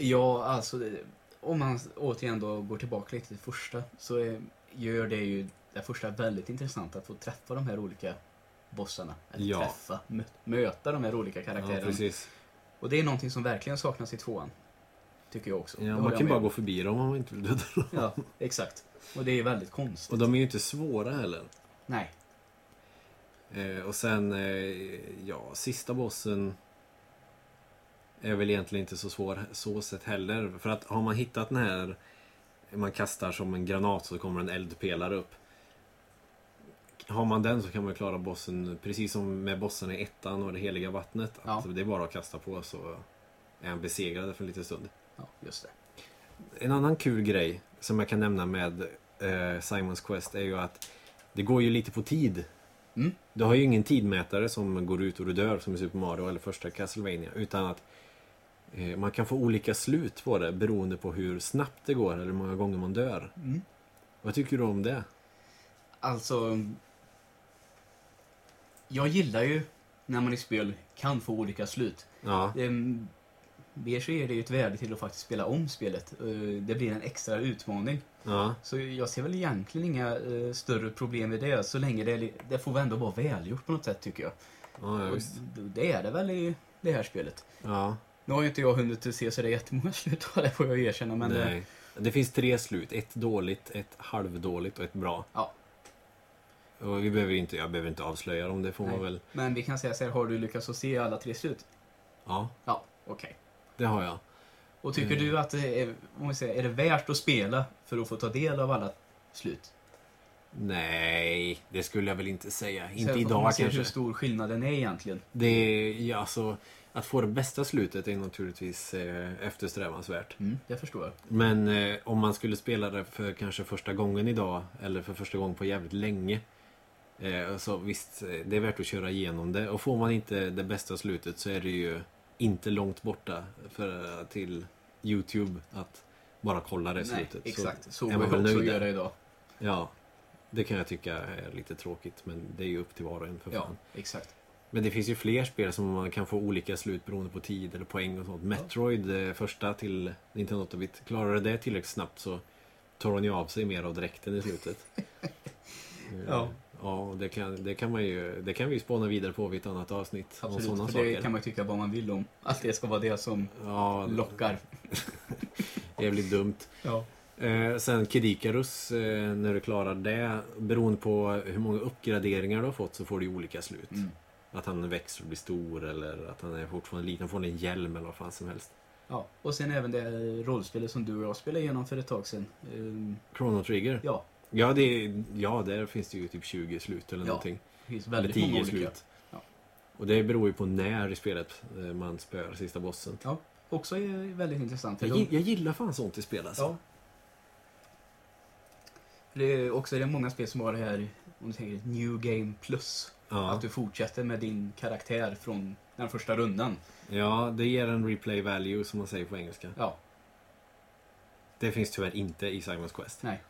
Ja, alltså om man återigen då går tillbaka lite till första så gör det ju det första är väldigt intressant att få träffa de här olika bossarna. Eller Ja. träffa, möta de här olika Ja, karaktärerna. precis. Och det är någonting som verkligen saknas i 2:an. Tycker jag också. Det Ja, håller man jag kan med bara om. gå förbi dem om man inte vill döda dem. Ja, exakt. Och det är väldigt konstigt. Och de är ju inte svåra heller. Nej. Och sen, sista bossen är väl egentligen inte så svår så sett heller. För att har man hittat den här, man kastar som en granat så kommer en eldpelare upp. Har man den så kan man klara bossen precis som med bossen i 1:an och det heliga vattnet. Ja. Alltså, det är bara att kasta på så är han besegrad för en liten stund. Ja, just det. En annan kul grej som jag kan nämna med Simons Quest är ju att det går ju lite på tid. Mm. Du har ju ingen tidmätare som går ut och du dör som i Super Mario eller första Castlevania, utan att man kan få olika slut på det beroende på hur snabbt det går eller hur många gånger man dör. Mm. Vad tycker du om det? Alltså, jag gillar ju när man i spel kan få olika slut. Ja, Mer så är det ju ett värde till att faktiskt spela om spelet. Det blir en extra utmaning. ja, Så jag ser väl egentligen inga större problem med det. Så länge det får väl ändå vara välgjort på något sätt, tycker jag. ja, Och visst. det är det väl i det här spelet. Ja, Nu har ju inte jag hunnit se så det är jättemånga slut av det, får jag erkänna. Men nej. Det finns 3 slut. Ett dåligt, ett halvdåligt och ett bra. Ja. Och jag behöver inte avslöja dem, det får man Nej. väl. Men vi kan säga så här, har du lyckats att se alla 3 slut? Ja, Ja, okej. det har jag. Och tycker du att det är, om vi säger, är det värt att spela för att få ta del av alla slut? Nej, det skulle jag väl inte säga. Inte Så om idag man ser kanske. hur stor skillnaden är egentligen. Det är, ja, alltså, att få det bästa slutet är naturligtvis eftersträvansvärt. Det förstår jag. Men om man skulle spela det för kanske första gången idag eller för första gången på jävligt länge, så visst, det är värt att köra igenom det. Och får man inte det bästa slutet så är det ju inte långt borta till YouTube att bara kolla det Nej, slutet. exakt. Så är går man jag väl också nöjd göra där. idag. Ja, det kan jag tycka är lite tråkigt, men det är ju upp till var och en för Ja, fan. exakt. Men det finns ju fler spel som man kan få olika slut beroende på tid eller poäng och sånt. Metroid, första till Nintendo 8-bit, klarar det tillräckligt snabbt så tar hon ju av sig mer av dräkten i slutet. Ja. Ja, och det kan vi ju spåna vidare på vid ett annat avsnitt. Om Absolut, sådana för saker. det kan man ju tycka vad man vill om. Att det ska vara det som Ja, lockar. jävligt dumt. Ja. Sen Kid Icarus, när du klarar det, beroende på hur många uppgraderingar du har fått så får du ju olika slut. Mm. Att han växer och blir stor eller att han är fortfarande liten, får en hjälm eller vad fan som helst. Ja, och sen även det rollspelet som du och jag spelade igenom för ett tag sedan. Chrono Trigger? Ja, Ja, där finns det ju typ 20 slut eller Ja. någonting. det finns Eller väldigt 10 många olika. slut. Ja. Och det beror ju på när i spelet man spöar sista bossen. Ja, också är väldigt intressant. För Jag gillar fan sånt i spel alltså. Ja. Det är också det är många spel som har det här, om du tänker New Game Plus. Ja. Att du fortsätter med din karaktär från den första rundan. Ja, det ger en replay value som man säger på engelska. Ja, Det finns tyvärr inte i Simon's Quest. nej.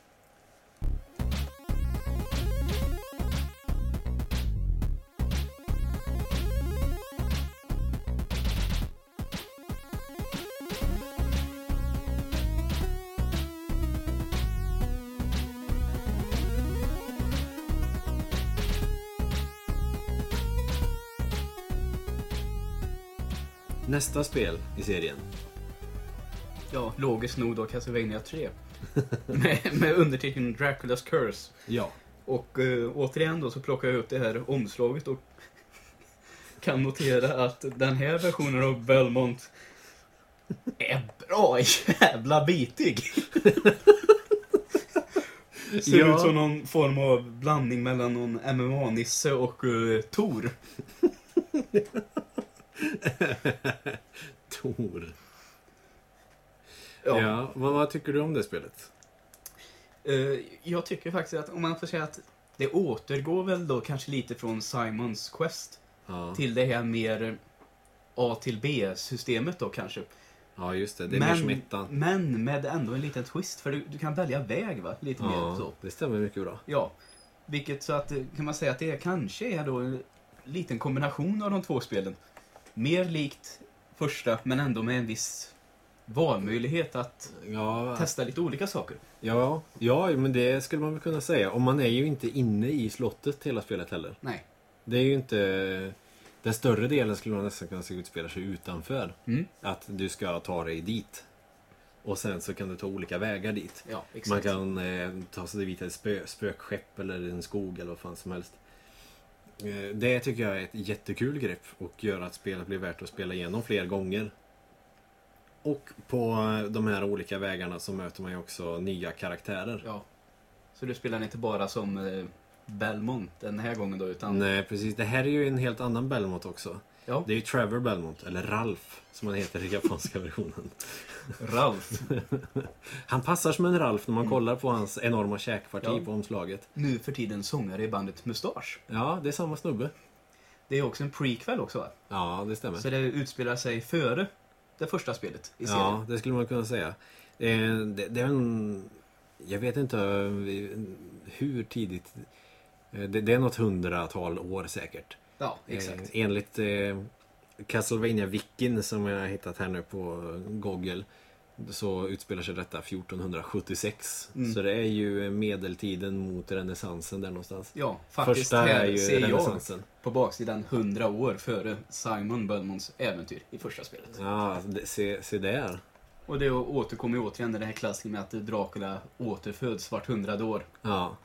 Nästa spel i serien. Ja, logiskt nog då Castlevania 3. med undertiteln Dracula's Curse. Ja. Och återigen då så plockar jag upp det här omslaget och kan notera att den här versionen av Belmont är bra jävla bitig. Ser Ja. ut som någon form av blandning mellan någon MMA-nisse och Thor. Tor. Ja. Ja, vad tycker du om det spelet? Jag tycker faktiskt att om man får säga att det återgår väl då kanske lite från Simons Quest Ja, till det här mer A till B-systemet då kanske. ja just det. Det är mer som ettan. Men med ändå en liten twist, för du kan välja väg va? Lite mer Ja, så. det stämmer mycket bra. Ja, vilket så att kan man säga att det kanske är då en liten kombination av de två spelen. Mer likt första, men ändå med en viss valmöjlighet att Ja, testa lite olika saker. ja, men det skulle man väl kunna säga. Och man är ju inte inne i slottet hela spelet heller. Nej. Det är ju inte... Den större delen skulle man nästan kunna se utspela sig utanför. Att du ska ta dig dit. Och sen så kan du ta olika vägar dit. Ja, exakt. Man kan ta sig dit ett spökskepp eller en skog eller vad fan som helst. Det tycker jag är ett jättekul grepp och gör att spelet blir värt att spela igenom fler gånger. Och på de här olika vägarna så möter man ju också nya karaktärer. Ja. Så du spelar inte bara som Belmont den här gången då, utan... Nej, precis. Det här är ju en helt annan Belmont också. Ja. Det är ju Trevor Belmont, eller Ralph som han heter i japanska versionen. Ralph. Han passar som en Ralph när man kollar på hans enorma käkparti på omslaget. Nu för tiden sångare i bandet Mustache. Ja, det är samma snubbe. Det är också en prequel också, va? Ja, det stämmer. Så det utspelar sig före det första spelet i serien. Ja, det skulle man kunna säga. Det är en... Jag vet inte hur tidigt... Det är något 100-tal år säkert. Ja, exakt. Enligt Castlevania-wikin som jag har hittat här nu på Google så utspelar sig detta 1476. Så det är ju medeltiden mot renässansen där någonstans. Ja, faktiskt Första här är ju ser jag renässansen. på baksidan 100 år före Simon Belmonts äventyr i första spelet. Ja, se där. Och det återkommer ju återigen det här klassiken med att Dracula återföds vart 100 år. Ja.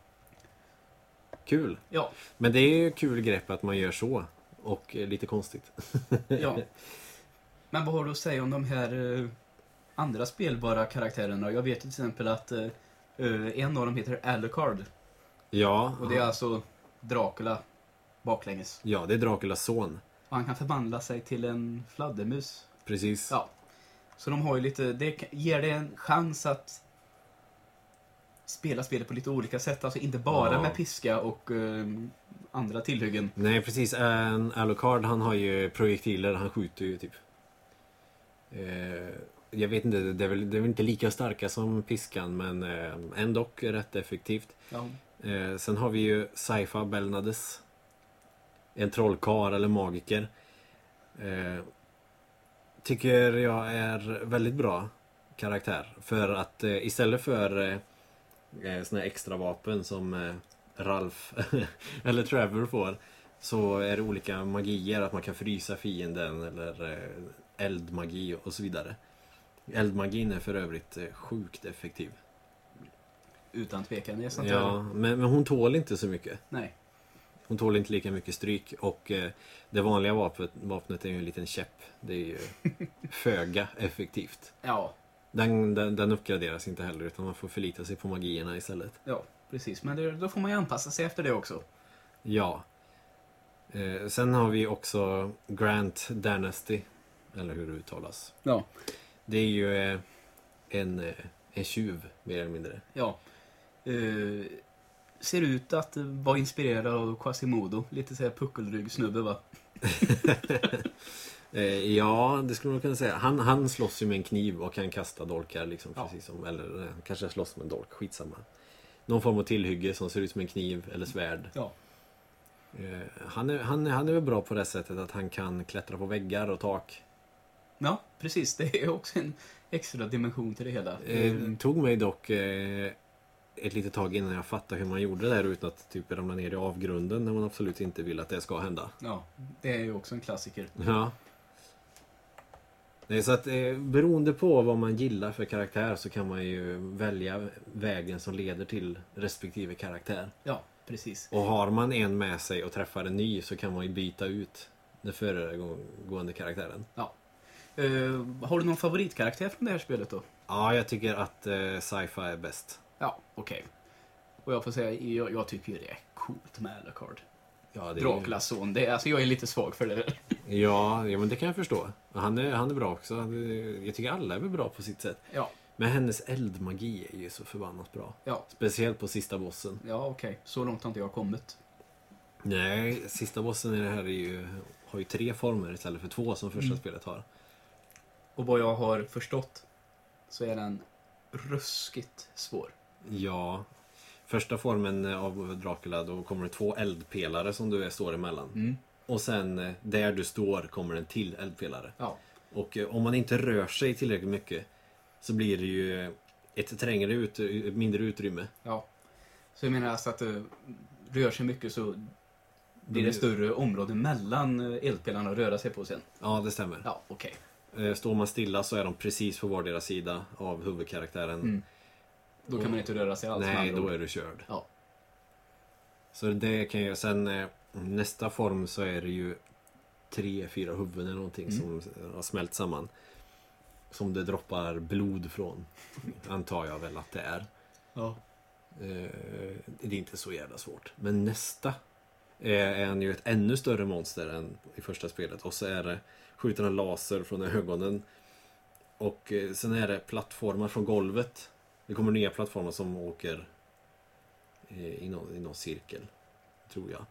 Kul. Ja, Men det är ju kul grepp att man gör så. Och lite konstigt. ja. Men vad har du att säga om de här andra spelbara karaktärerna? Jag vet till exempel att en av dem heter Alucard. Ja. Och det är alltså Dracula baklänges. Ja, det är Draculas son. Och han kan förvandla sig till en fladdermus. Precis. Ja. Så de har ju lite, det ger det en chans att spela spelet på lite olika sätt. Alltså inte bara med piska och andra tillhyggen. Nej, precis. Alucard, han har ju projektiler, han skjuter ju typ. Jag vet inte, det är väl inte lika starka som piskan, men ändå rätt effektivt. Ja. Sen har vi ju Saifa Belnades. En trollkarl eller magiker. Tycker jag är väldigt bra karaktär. För att istället för såna här extra vapen som Ralph eller Trevor får, så är det olika magier, att man kan frysa fienden eller eldmagi och så vidare. Eldmagin är för övrigt sjukt effektiv. Utan tvekan, det är sant. Ja, men hon tål inte så mycket. Nej. Hon tål inte lika mycket stryk. Och det vanliga vapnet är ju en liten käpp. Det är ju föga effektivt. Ja. Den uppgraderas inte heller, utan man får förlita sig på magierna istället. Ja, precis. Men då får man ju anpassa sig efter det också. Ja. Sen har vi också Grant Dynasty. Eller hur det uttalas. Ja. Det är ju en tjuv, mer eller mindre. Ja. Ser ut att vara inspirerad av Quasimodo. Lite så här puckelrygg snubbe, va? Ja, det skulle man kunna säga. Han slåss ju med en kniv och kan kasta dolkar liksom, Ja. precis som, eller kanske slåss med en dolk, skitsamma. Någon form av tillhygge som ser ut som en kniv eller svärd. Ja. Han är väl bra på det sättet att han kan klättra på väggar och tak. Ja, precis. Det är också en extra dimension till det hela. Tog mig dock ett litet tag innan jag fattade hur man gjorde det här utan att typ ramla ner i avgrunden när man absolut inte vill att det ska hända. Ja, det är ju också en klassiker. Ja. Det är så att beroende på vad man gillar för karaktär så kan man ju välja vägen som leder till respektive karaktär. Ja, precis. Och har man en med sig och träffar en ny så kan man ju byta ut den föregående karaktären. Ja. Har du någon favoritkaraktär från det här spelet då? Ja, jag tycker att sci-fi är bäst. Ja, okej. Och jag får säga, jag tycker det är coolt med Alucard. Ja, det Draculas son. Alltså jag är lite svag för det. Ja, men det kan jag förstå. Han är bra också. Jag tycker alla är väl bra på sitt sätt. Ja. Men hennes eldmagi är ju så förbannat bra. Ja. Speciellt på sista bossen. Ja, okej. Så långt har inte jag kommit. Nej, sista bossen i det här har ju 3 former istället för 2 som första spelet har. Och vad jag har förstått så är den ruskigt svår. Ja. Första formen av Dracula, då kommer det 2 eldpelare som du står emellan. Och sen där du står kommer en till eldpelare. Ja. Och om man inte rör sig tillräckligt mycket så blir det ju ett mindre utrymme. Ja. Så jag menar alltså att det rör sig mycket så blir det större område mellan eldspelarna att röra sig på sen. Ja, det stämmer. Ja, okej. Står man stilla så är de precis på vardera sida av huvudkaraktären. Då kan man inte röra sig alls. Nej, då är du körd. Ja. Så det kan jag sen nästa form så är det ju 3-4 huvuden eller någonting som har smält samman. Som det droppar blod från. Antar jag väl att det är. Ja. Det är inte så jävla svårt. Men nästa är han ju ett ännu större monster än i första spelet. Och så är det skjuter en laser från ögonen. Och sen är det plattformar från golvet. Det kommer nya plattformar som åker i någon cirkel, tror jag.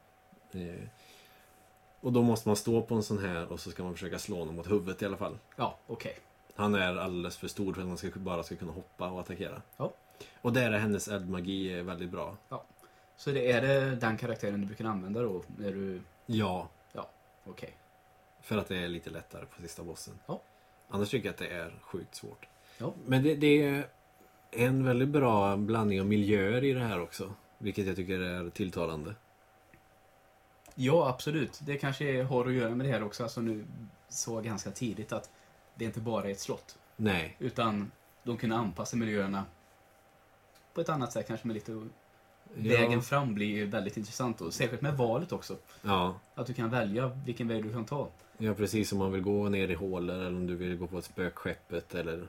Och då måste man stå på en sån här och så ska man försöka slå honom mot huvudet i alla fall. Ja, okej. Han är alldeles för stor för att man bara ska kunna hoppa och attackera. Ja. Och där är hennes eldmagi väldigt bra. Ja. Så det är det den karaktären du brukar använda då? När du... Ja. Ja, okej. För att det är lite lättare på sista bossen. Ja. Annars tycker jag att det är sjukt svårt. Ja. Men det är en väldigt bra blandning av miljöer i det här också. Vilket jag tycker är tilltalande. Ja, absolut. Det kanske har att göra med det här också. Alltså nu såg ganska tidigt att det inte bara är ett slott. Nej. Utan de kunde anpassa miljöerna på ett annat sätt. Kanske med lite... Vägen fram blir väldigt intressant då. Särskilt med valet också. Ja. Att du kan välja vilken väg du kan ta. Ja, precis. Om man vill gå ner i hålor eller om du vill gå på ett spökskeppet eller...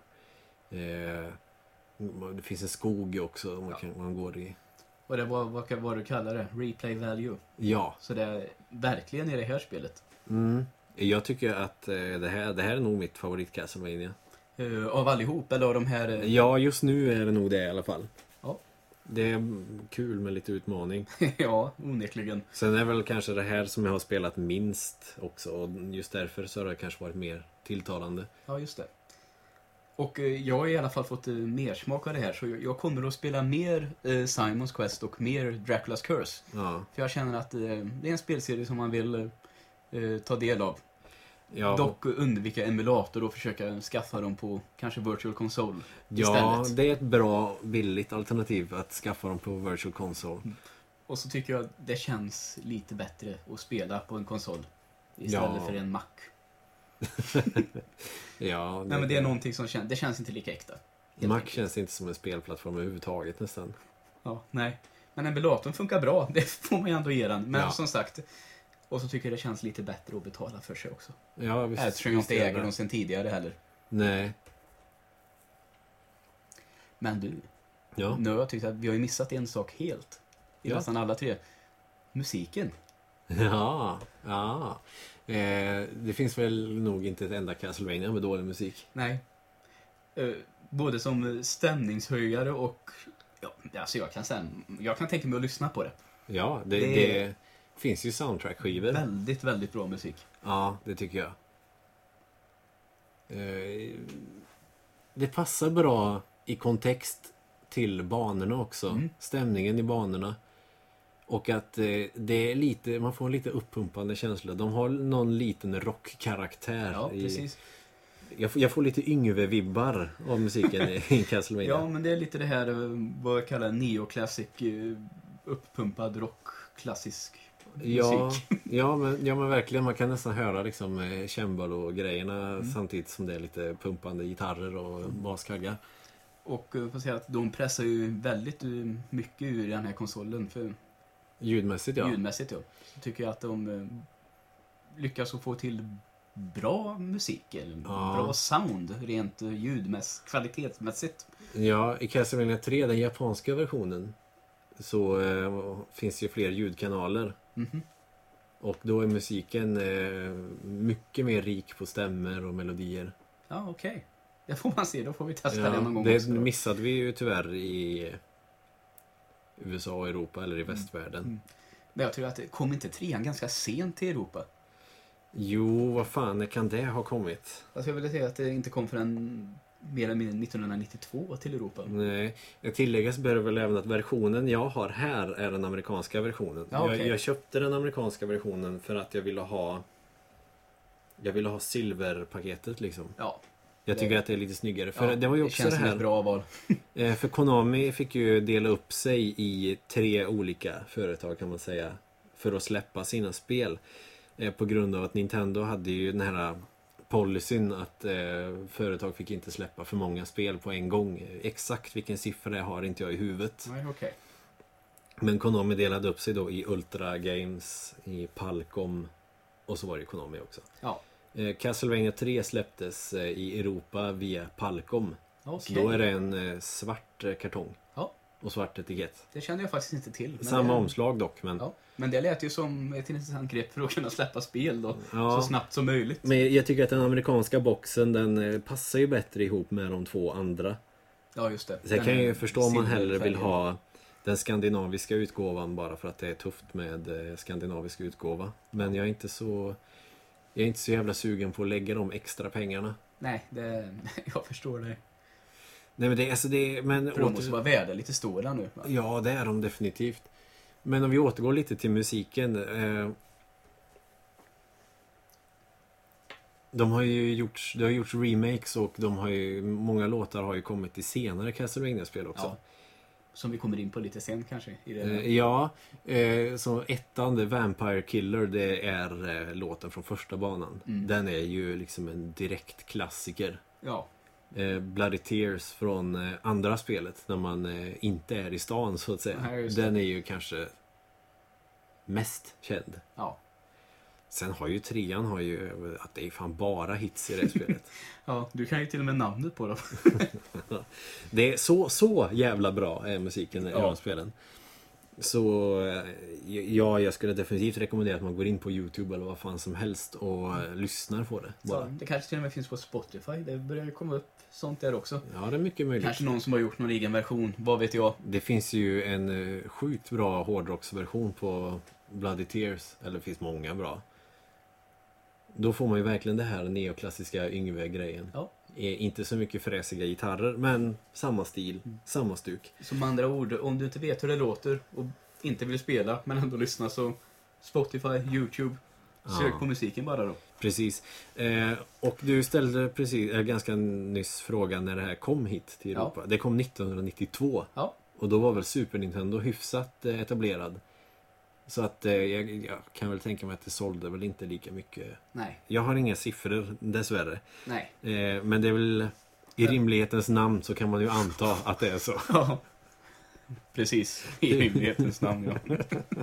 det finns en skog också man går i. Och det var vad du kallar det? Replay value. Ja. Så det är verkligen i det här spelet. Jag tycker att det här är nog mitt favorit Castlevania. Av allihop, eller av de här... Ja, just nu är det nog det i alla fall. Ja. Det är kul med lite utmaning. Ja, onekligen. Sen är väl kanske det här som jag har spelat minst också. Och just därför så har det kanske varit mer tilltalande. Ja, just det. Och jag har i alla fall fått mer smak av det här. Så jag kommer att spela mer Simons Quest och mer Dracula's Curse. Ja. För jag känner att det är en spelserie som man vill ta del av. Ja. Dock undvika emulator och försöka skaffa dem på kanske Virtual Console istället. Ja, det är ett bra, billigt alternativ att skaffa dem på Virtual Console. Och så tycker jag det känns lite bättre att spela på en konsol istället för en Mac. Ja, Nej, men det är någonting som det känns inte lika äkta. Mac känns inte som en spelplattform överhuvudtaget nästan. Ja, nej. Men emulatorn funkar bra, det får man ju ändå ge den. Men som sagt, och så tycker jag det känns lite bättre att betala för sig också. Ja, visst. Eftersom jag inte äger dem sen tidigare heller. Nej. Men du, nu har jag tyckt att vi har ju missat en sak helt. I nästan alla tre. Musiken. Ja. Det finns väl nog inte ett enda Castlevania med dålig musik. Nej. Både som stämningshöjare och alltså jag kan tänka mig att lyssna på det. Ja, det finns ju soundtrack-skivor. Väldigt, väldigt bra musik. Ja, det tycker jag. Det passar bra i kontext till banorna också. Stämningen i banorna. Och att det är lite, man får en lite uppumpande känsla. De har någon liten rockkaraktär. Ja, precis. Jag får lite Yngve-vibbar av musiken i Castlevania. Ja, men det är lite det här vad jag kallar neoclassic, uppumpad rock, klassisk musik. Ja, men verkligen. Man kan nästan höra liksom cembalo-grejerna samtidigt som det är lite pumpande gitarrer och baskaggar. Och får säga att de pressar ju väldigt mycket ur den här konsolen för ljudmässigt, så tycker jag att de lyckas att få till bra musik eller bra sound rent kvalitetsmässigt. Ja, i Castlevania 3, den japanska versionen, så finns ju fler ljudkanaler. Och då är musiken mycket mer rik på stämmor och melodier. Ja, okej. Det får man se, då får vi testa det någon gång. Det missade vi ju tyvärr i USA och Europa eller i västvärlden. Men jag tror att det kom inte 3 ganska sent till Europa. Jo, vad fan kan det ha kommit? Alltså jag vill säga att det inte kom förrän mer än 1992 till Europa. Nej, tilläggas bör väl även att versionen jag har här är den amerikanska versionen. Ja, okay. Jag köpte den amerikanska versionen för att jag ville ha Jag ville ha silverpaketet liksom. Ja. Jag tycker att det är lite snyggare. För Ja, det var ju också känns det som ett här. bra val. För Konami fick ju dela upp sig i 3 olika företag kan man säga. För att släppa sina spel. På grund av att Nintendo hade ju den här policyn att företag fick inte släppa för många spel på en gång. Exakt vilken siffra det har inte jag i huvudet. Nej, okej. Men Konami delade upp sig då i Ultra Games, i Palcom och så var det Konami också. Ja. Castlevania 3 släpptes i Europa via Palcom. Okej. Så då är det en svart kartong. Ja. Och svart etikett. Det kände jag faktiskt inte till. Men Samma det... omslag dock. Men... Ja. Men det lät ju som ett intressant grepp för att kunna släppa spel då. Ja. Så snabbt som möjligt. Men jag tycker att den amerikanska boxen den passar ju bättre ihop med de 2 andra. Ja, just det. Så jag kan ju förstå om man hellre vill silverfärgen. ha den skandinaviska utgåvan bara för att det är tufft med skandinavisk utgåva. Men jag är inte så jävla sugen på att lägga de extra pengarna. Nej, jag förstår det. Nej men det alltså det men För de måste vara värda lite stora nu. Va? ja, det är de definitivt. Men om vi återgår lite till musiken. Det har gjorts remakes och många låtar har ju kommit i senare Castlevania-spel också. Ja. Som vi kommer in på lite sen kanske. I det Ja, så ettan, The Vampire Killer, det är låten från första banan. Mm. Den är ju liksom en direkt klassiker. Ja. Bloody Tears från andra spelet, när man inte är i stan så att säga. Ja, just det. Den är ju kanske mest känd. Ja. Sen har ju 3:an att det är fan bara hits i det spelet. Ja, du kan ju till och med namnet på dem. Det är så jävla bra är musiken i de spelen. Så ja, jag skulle definitivt rekommendera att man går in på YouTube eller vad fan som helst och lyssnar på det. Bara. Så, det kanske till och med finns på Spotify. Det börjar ju komma upp sånt där också. Ja, det är mycket möjligt. Kanske någon som har gjort någon egen version. Vad vet jag? Det finns ju en sjukt bra hårdrocksversion på Bloody Tears. Eller det finns många bra. Då får man ju verkligen det här neoklassiska Yngve-grejen. Ja. Inte så mycket fräsiga gitarrer, men samma stil, samma stuk. Som andra ord, om du inte vet hur det låter och inte vill spela men ändå lyssna, så Spotify, YouTube, sök på musiken bara då. Precis. Och du ställde ganska nyss frågan när det här kom hit till Europa. Ja. Det kom 1992. Ja. Och då var väl Super Nintendo hyfsat etablerad. Så att jag kan väl tänka mig att det sålde väl inte lika mycket. Nej. Jag har inga siffror dessvärre. Nej. Men det är väl i rimlighetens namn så kan man ju anta att det är så. Ja. Precis. I rimlighetens namn, ja.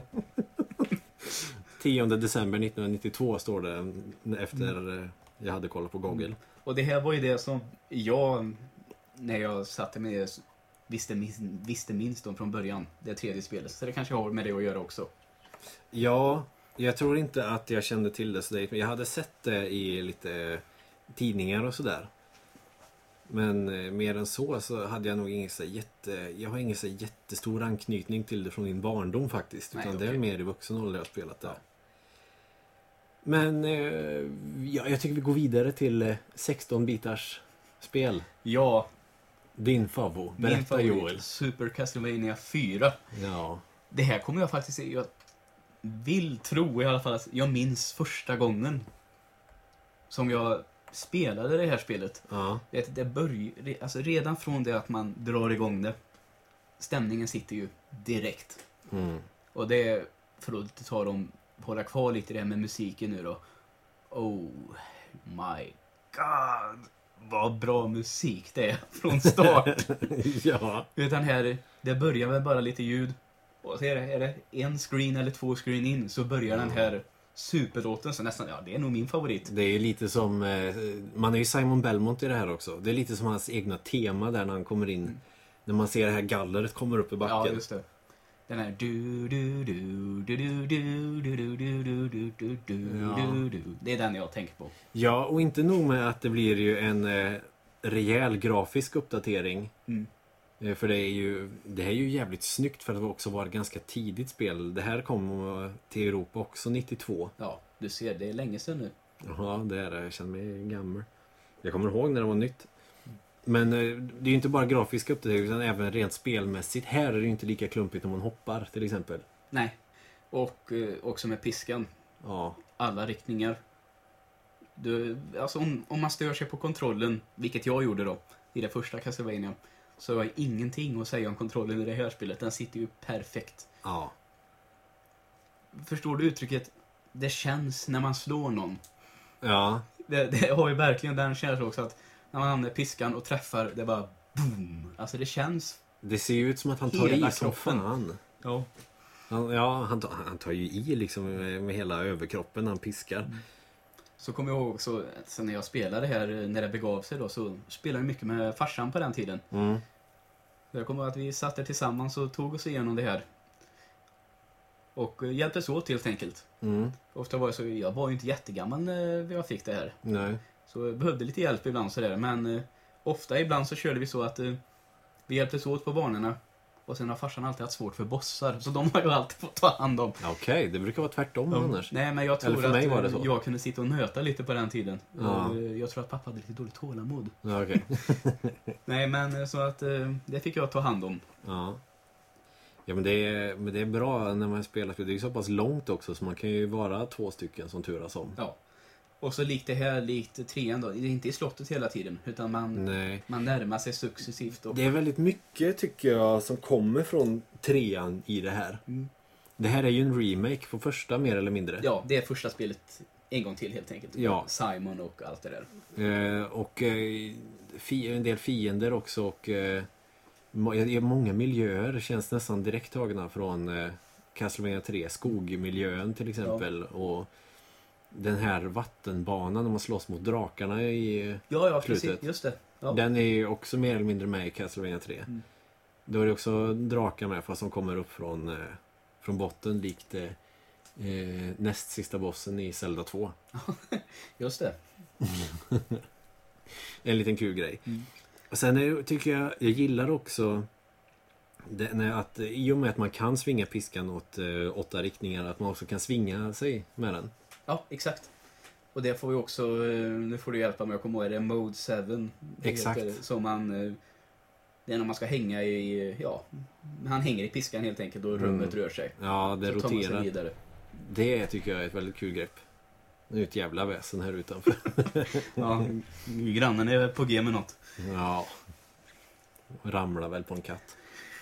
10 december 1992 står det efter jag hade kollat på Google. Och det här var ju det som jag, när jag satte mig visste minst om från början. Det tredje spelet. Så det kanske har med det att göra också. Ja, jag tror inte att jag kände till det så det, men jag hade sett det i lite tidningar och sådär. Men mer än så hade jag nog jag har ingen så jättestor anknytning till det från min barndom faktiskt. Nej, utan okej. det är mer i vuxen ålder jag har spelat det. Ja. Men jag tycker vi går vidare till 16-bitars spel. Ja, Din favvo. min Berätta favorit. Joel. Super Castlevania 4. Ja. Det här kommer jag faktiskt... Jag vill tro i alla fall att jag minns första gången som jag spelade det här spelet. Ja. Det börjar, alltså redan från det att man drar igång det. Stämningen sitter ju direkt. Mm. Och det är, för att inte ta dem, hålla kvar lite det här med musiken nu då. Oh my god. Vad bra musik det är från start. Ja. Utan här, det börjar väl bara lite ljud. Och så är det en screen eller 2 screen in så börjar den här superlåten. Så nästan, ja det är nog min favorit. Det är ju lite som man är ju Simon Belmont i det här också. Det är lite som hans egna tema där när han kommer in. När man ser det här gallret kommer upp i backen. Ja, just det. Den här Det är den jag tänker på. Ja, och inte nog med att det blir ju en rejäl grafisk uppdatering. Mm. För det här är ju jävligt snyggt för att det också var ett ganska tidigt spel. Det här kom till Europa också 92. Ja, du ser, det är länge sedan nu. Jaha, det är det. Jag känner mig gammal. Jag kommer ihåg när det var nytt. Men det är ju inte bara grafisk uppdatering utan även rent spelmässigt. Här är det ju inte lika klumpigt om man hoppar till exempel. Nej. Och också med piskan. Ja. Alla riktningar. Alltså om man stör sig på kontrollen, vilket jag gjorde då, i det första Castlevania, så har jag ingenting att säga om kontrollen i det här spelet. Den sitter ju perfekt. Ja. Förstår du uttrycket? Det känns när man slår någon. Ja. Det har ju verkligen den känslan också, att när man använder piskan och träffar, det bara boom. Alltså det känns... Det ser ju ut som att han tar Hela i som kroppen. fan. Ja. Han tar ju i liksom med hela överkroppen när han piskar. Så kommer jag ihåg också, sen när jag spelade här, när det begav sig då, så spelade jag mycket med farsan på den tiden. Mm. Jag kommer ihåg att vi satt där tillsammans och tog oss igenom det här. Och hjälptes åt helt enkelt. Mm. Ofta var jag var ju inte jättegammal när jag fick det här. Nej. Så jag behövde lite hjälp ibland sådär. Men ofta ibland så körde vi så att vi hjälptes åt på banorna. Och sen har farsan alltid haft svårt för bossar. Så de har ju alltid fått ta hand om. Okej, det brukar vara tvärtom annars. Nej, men jag tror Eller för mig var det att så. jag kunde sitta och nöta lite på den tiden. Ja. Och, jag tror att pappa hade lite dåligt tålamod. Ja, okej. Nej, men så att det fick jag ta hand om. Ja. Ja, men det är bra när man spelar. För det är ju så pass långt också, så man kan ju vara 2 stycken som turas om. Ja. Och så likt det här, likt 3:an då. Det är inte i slottet hela tiden. Utan man närmar sig successivt. Och... Det är väldigt mycket, tycker jag, som kommer från 3:an i det här. Mm. Det här är ju en remake på första, mer eller mindre. Ja, det är första spelet en gång till helt enkelt. Ja. Simon och allt det där. En del fiender också. Och många miljöer känns nästan direkt tagna från Castlevania 3. Skogmiljön till exempel. Och den här vattenbanan när man slåss mot drakarna i Ja, slutet. precis. Just det. Ja. Den är ju också mer eller mindre med i Castlevania 3. Mm. Då är det också drakar med, fast de kommer upp från botten, likt näst sista bossen i Zelda 2. Just det. En liten kul grej. Mm. Och sen tycker jag gillar också att i och med att man kan svinga piskan åt 8 riktningar, att man också kan svinga sig med den. Ja, exakt. Och det får vi också, nu får du hjälpa mig att komma ihåg, det är Mode 7. Exakt. Som man, det är när man ska hänga han hänger i piskan helt enkelt och rummet rör sig. Ja, det så tar man sig roterar. vidare. Det tycker jag är ett väldigt kul grepp. Nu är ett jävla väsen här utanför. Ja, grannen är på G med något. Ja. Ramlar väl på en katt.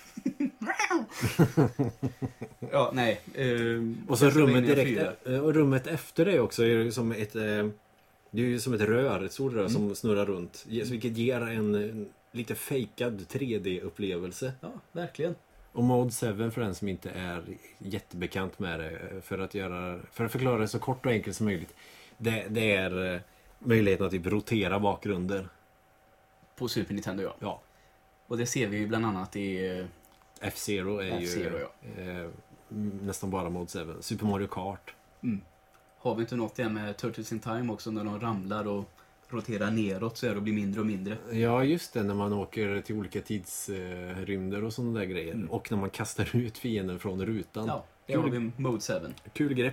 Ja, nej. Och så rummet Castlevania 4. och rummet efter det också är ju som ett rör, ett stort rör som snurrar runt, vilket ger en lite fejkad 3D-upplevelse. Ja, verkligen. Och Mode 7, för den som inte är jättebekant med det, för att förklara det så kort och enkelt som möjligt, det är möjligheten att typ rotera bakgrunder. På Super Nintendo, ja. Ja. Och det ser vi ju bland annat i... F-Zero är F-Zero, ju nästan bara Mode 7. Super Mario Kart. Mm. Har vi inte något det med Turtles in Time också, när de ramlar och roterar neråt så är det och blir mindre och mindre. Ja, just det, när man åker till olika tidsrymder och sådana där grejer. Mm. Och när man kastar ut fienden från rutan. Ja, det har vi Mode 7. Kul grepp.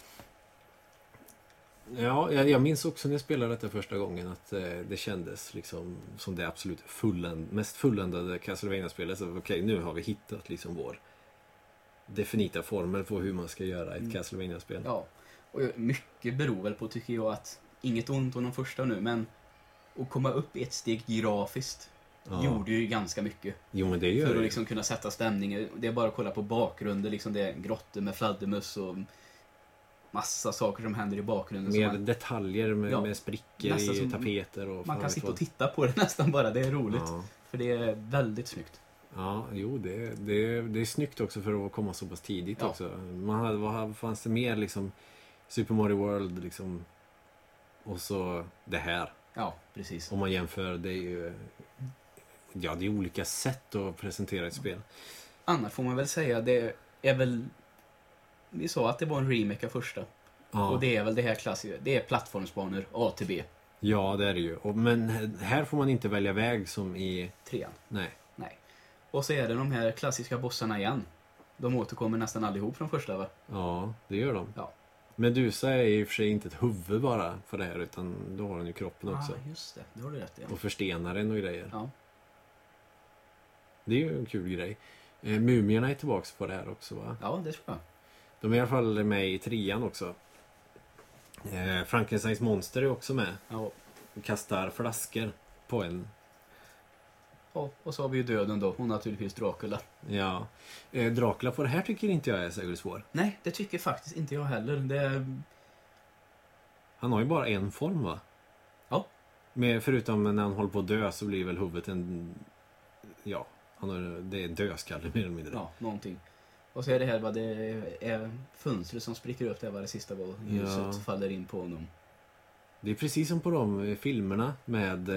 Ja, jag minns också när jag spelade detta första gången att det kändes liksom som det absolut mest fulländade Castlevania-spelet. Så okej, nu har vi hittat liksom vår definitiva formel på hur man ska göra ett Castlevania-spel. Ja, och mycket beror väl på, tycker jag, att inget ont om de första nu, men att komma upp ett steg grafiskt gjorde ju ganska mycket. Jo, men det gör för det. att liksom kunna sätta stämningen. Det är bara att kolla på bakgrunden, liksom det är grottor med fladdermöss och massa saker som händer i bakgrunden. Med detaljer, med sprickor i tapeter. Och man kan sitta och titta på det nästan bara, det är roligt. Ja. För det är väldigt snyggt. Ja, jo, det är snyggt också för att komma så pass tidigt också. Vad fanns det mer liksom? Super Mario World liksom. Och så det här. Ja, precis. Om man jämför, det är ju... Ja, det är olika sätt att presentera ett spel. Annars får man väl säga, det är väl... Vi sa att det var en remake av första. Ja. Och det är väl det här klassiska. Det är plattformsbanor, A till B. Ja, det är det ju. Men här får man inte välja väg som i... 3:an. Nej. Och så är det de här klassiska bossarna igen. De återkommer nästan allihop från första, va? Ja, det gör de. Ja. Medusa är i och för sig inte ett huvud bara för det här, utan då har den ju kroppen också. Ja, just det. Det har du rätt i. Och förstenar den och grejer. Ja. Det är ju en kul grej. Mumierna är tillbaka på det här också, va? Ja, det tror jag. De är i alla fall med i 3:an också. Frankensteins monster är också med. Ja. Kastar flaskor på en. Ja, och så har vi ju döden då, och naturligtvis Dracula. Ja. Dracula på det här tycker inte jag är särskilt svår. Nej, det tycker faktiskt inte jag heller. Han har ju bara en form, va? Ja. Förutom när han håller på att dö så blir väl huvudet en... Ja, det är dödskalle mer eller mindre. Ja, någonting. Och så är det här vad det är fönstret som spricker upp där, vad det sista var. Ljuset faller in på honom. Det är precis som på de filmerna med...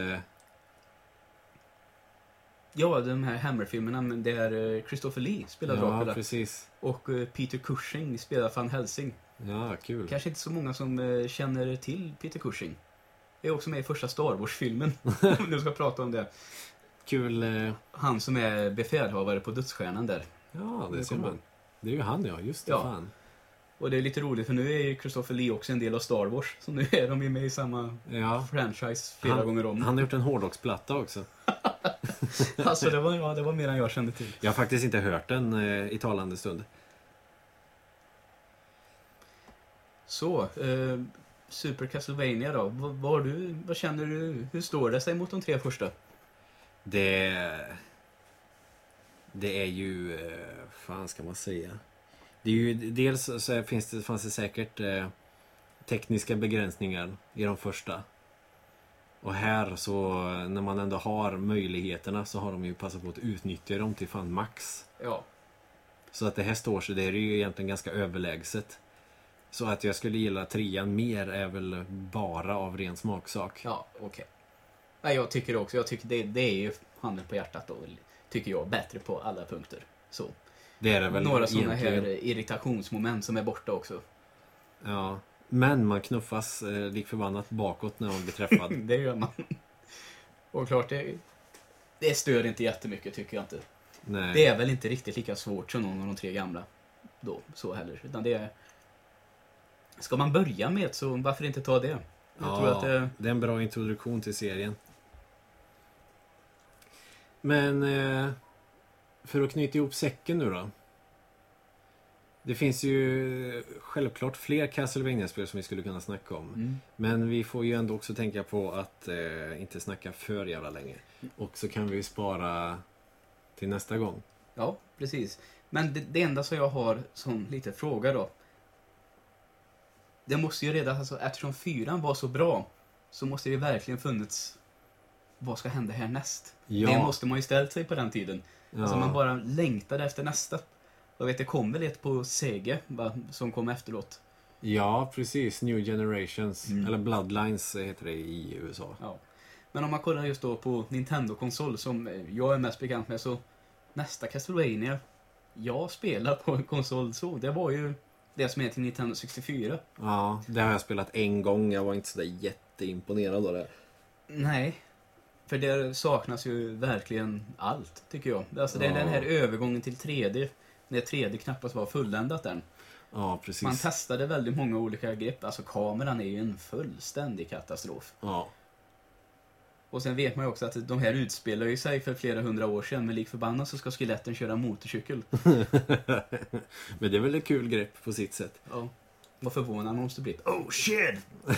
Ja, de här Hammer-filmerna där Christopher Lee spelar Dracula. Ja, precis. Och Peter Cushing spelar Van Helsing. Ja, kul. Kanske inte så många som känner till Peter Cushing. Det är också med i första Star Wars-filmen. Om du ska prata om det. Kul. Han som är befälhavare på dödsstjärnan där. Ja, det ser man. Det är ju han, ja. Just det, ja. Fan. Och det är lite roligt för nu är ju Christopher Lee också en del av Star Wars. Så nu är de ju med i samma franchise flera gånger om. Han har gjort en hårdrocksplatta också. Alltså det var mer än jag kände till. Jag har faktiskt inte hört den i talande stund. Så, Super Castlevania då. Vad känner du? Hur står det sig mot de tre första? Det är ju... fan ska man säga? Det är ju, dels så fanns det säkert tekniska begränsningar i de första. Och här så, när man ändå har möjligheterna så har de ju passat på att utnyttja dem till fan max. Ja. Så att det här står sig, det är ju egentligen ganska överlägset. Så att jag skulle gilla 3:an mer är väl bara av ren smaksak. Ja, okej. Nej, jag tycker också. Jag tycker det är ju handen på hjärtat då. Tycker jag bättre på alla punkter. Så. Det är det väl. Några sådana här irritationsmoment som är borta också. Ja. Men man knuffas lik förbannat bakåt när man blir träffad. Det gör man. Och klart, det stör inte jättemycket tycker jag inte. Nej. Det är väl inte riktigt lika svårt som någon av de tre gamla. Då, så heller. Utan det är... Ska man börja med så varför inte ta det? Jag tror att det är en bra introduktion till serien. Men för att knyta ihop säcken nu då. Det finns ju självklart fler Castlevania-spel som vi skulle kunna snacka om. Mm. Men vi får ju ändå också tänka på att inte snacka för jävla länge. Och så kan vi spara till nästa gång. Ja, precis. Men det enda som jag har som lite fråga då. Det måste ju redan, alltså, eftersom 4 var så bra så måste det verkligen funnits vad ska hända härnäst. Ja. Det måste man ju ställt sig på den tiden. Ja. Alltså man bara längtade efter nästa. Jag vet, det kom väl ett på Sega som kom efteråt. Ja, precis. New Generations. Mm. Eller Bloodlines heter det i USA. Ja. Men om man kollar just då på Nintendo-konsol som jag är mest bekant med, så nästa Castlevania jag spelar på en konsol så, det var ju det som är till Nintendo 64. Ja, det har jag spelat en gång. Jag var inte så där jätteimponerad av det. Nej, för det saknas ju verkligen allt, tycker jag. Alltså det är den här övergången till 3D, när 3D knappast var fulländat än. Ja, precis. Man testade väldigt många olika grepp. Alltså kameran är ju en fullständig katastrof. Ja. Och sen vet man ju också att de här utspelar ju sig för flera 100 år sedan. Men lik förbannat så ska skeletten köra motorcykel. Men det är väl ett kul grepp på sitt sätt. Ja. Vad förvånad man måste bli. Oh shit!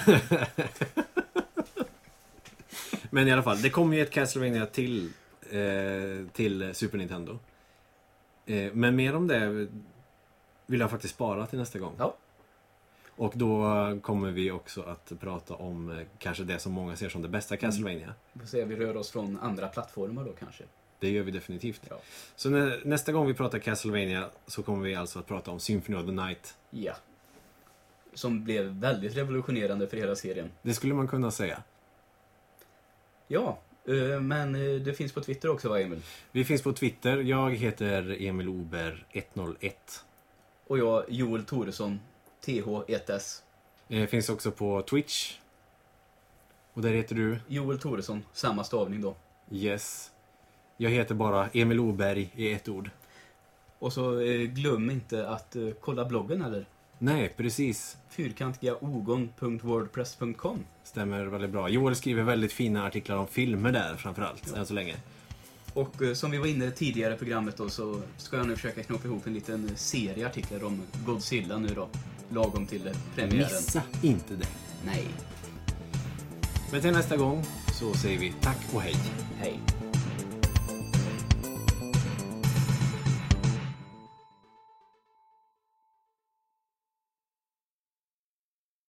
Men i alla fall, det kommer ju ett Castlevania till Super Nintendo. Men mer om det vill jag faktiskt spara till nästa gång. Ja. Och då kommer vi också att prata om kanske det som många ser som det bästa Castlevania. Vi får se, vi rör oss från andra plattformar då kanske. Det gör vi definitivt. Ja. Så nästa gång vi pratar Castlevania så kommer vi alltså att prata om Symphony of the Night. Ja. Som blev väldigt revolutionerande för hela serien. Det skulle man kunna säga. Ja, men det finns på Twitter också, va, Emil? Vi finns på Twitter. Jag heter Emil Ober 101. Och jag, Joel Toresson, TH1S. Finns också på Twitch. Och där heter du? Joel Toresson, samma stavning då. Yes. Jag heter bara Emil Oberg i ett ord. Och så glöm inte att kolla bloggen, eller? Nej, precis. fyrkantigaogon.wordpress.com. Stämmer väldigt bra. Joel skriver väldigt fina artiklar om filmer där framförallt, än så länge. Och som vi var inne tidigare i programmet då, så ska jag nu försöka knoppa ihop en liten serie artiklar om Godzilla nu då. lagom till premiären. Missa inte det. Nej. Men till nästa gång så säger vi tack och hej. Hej.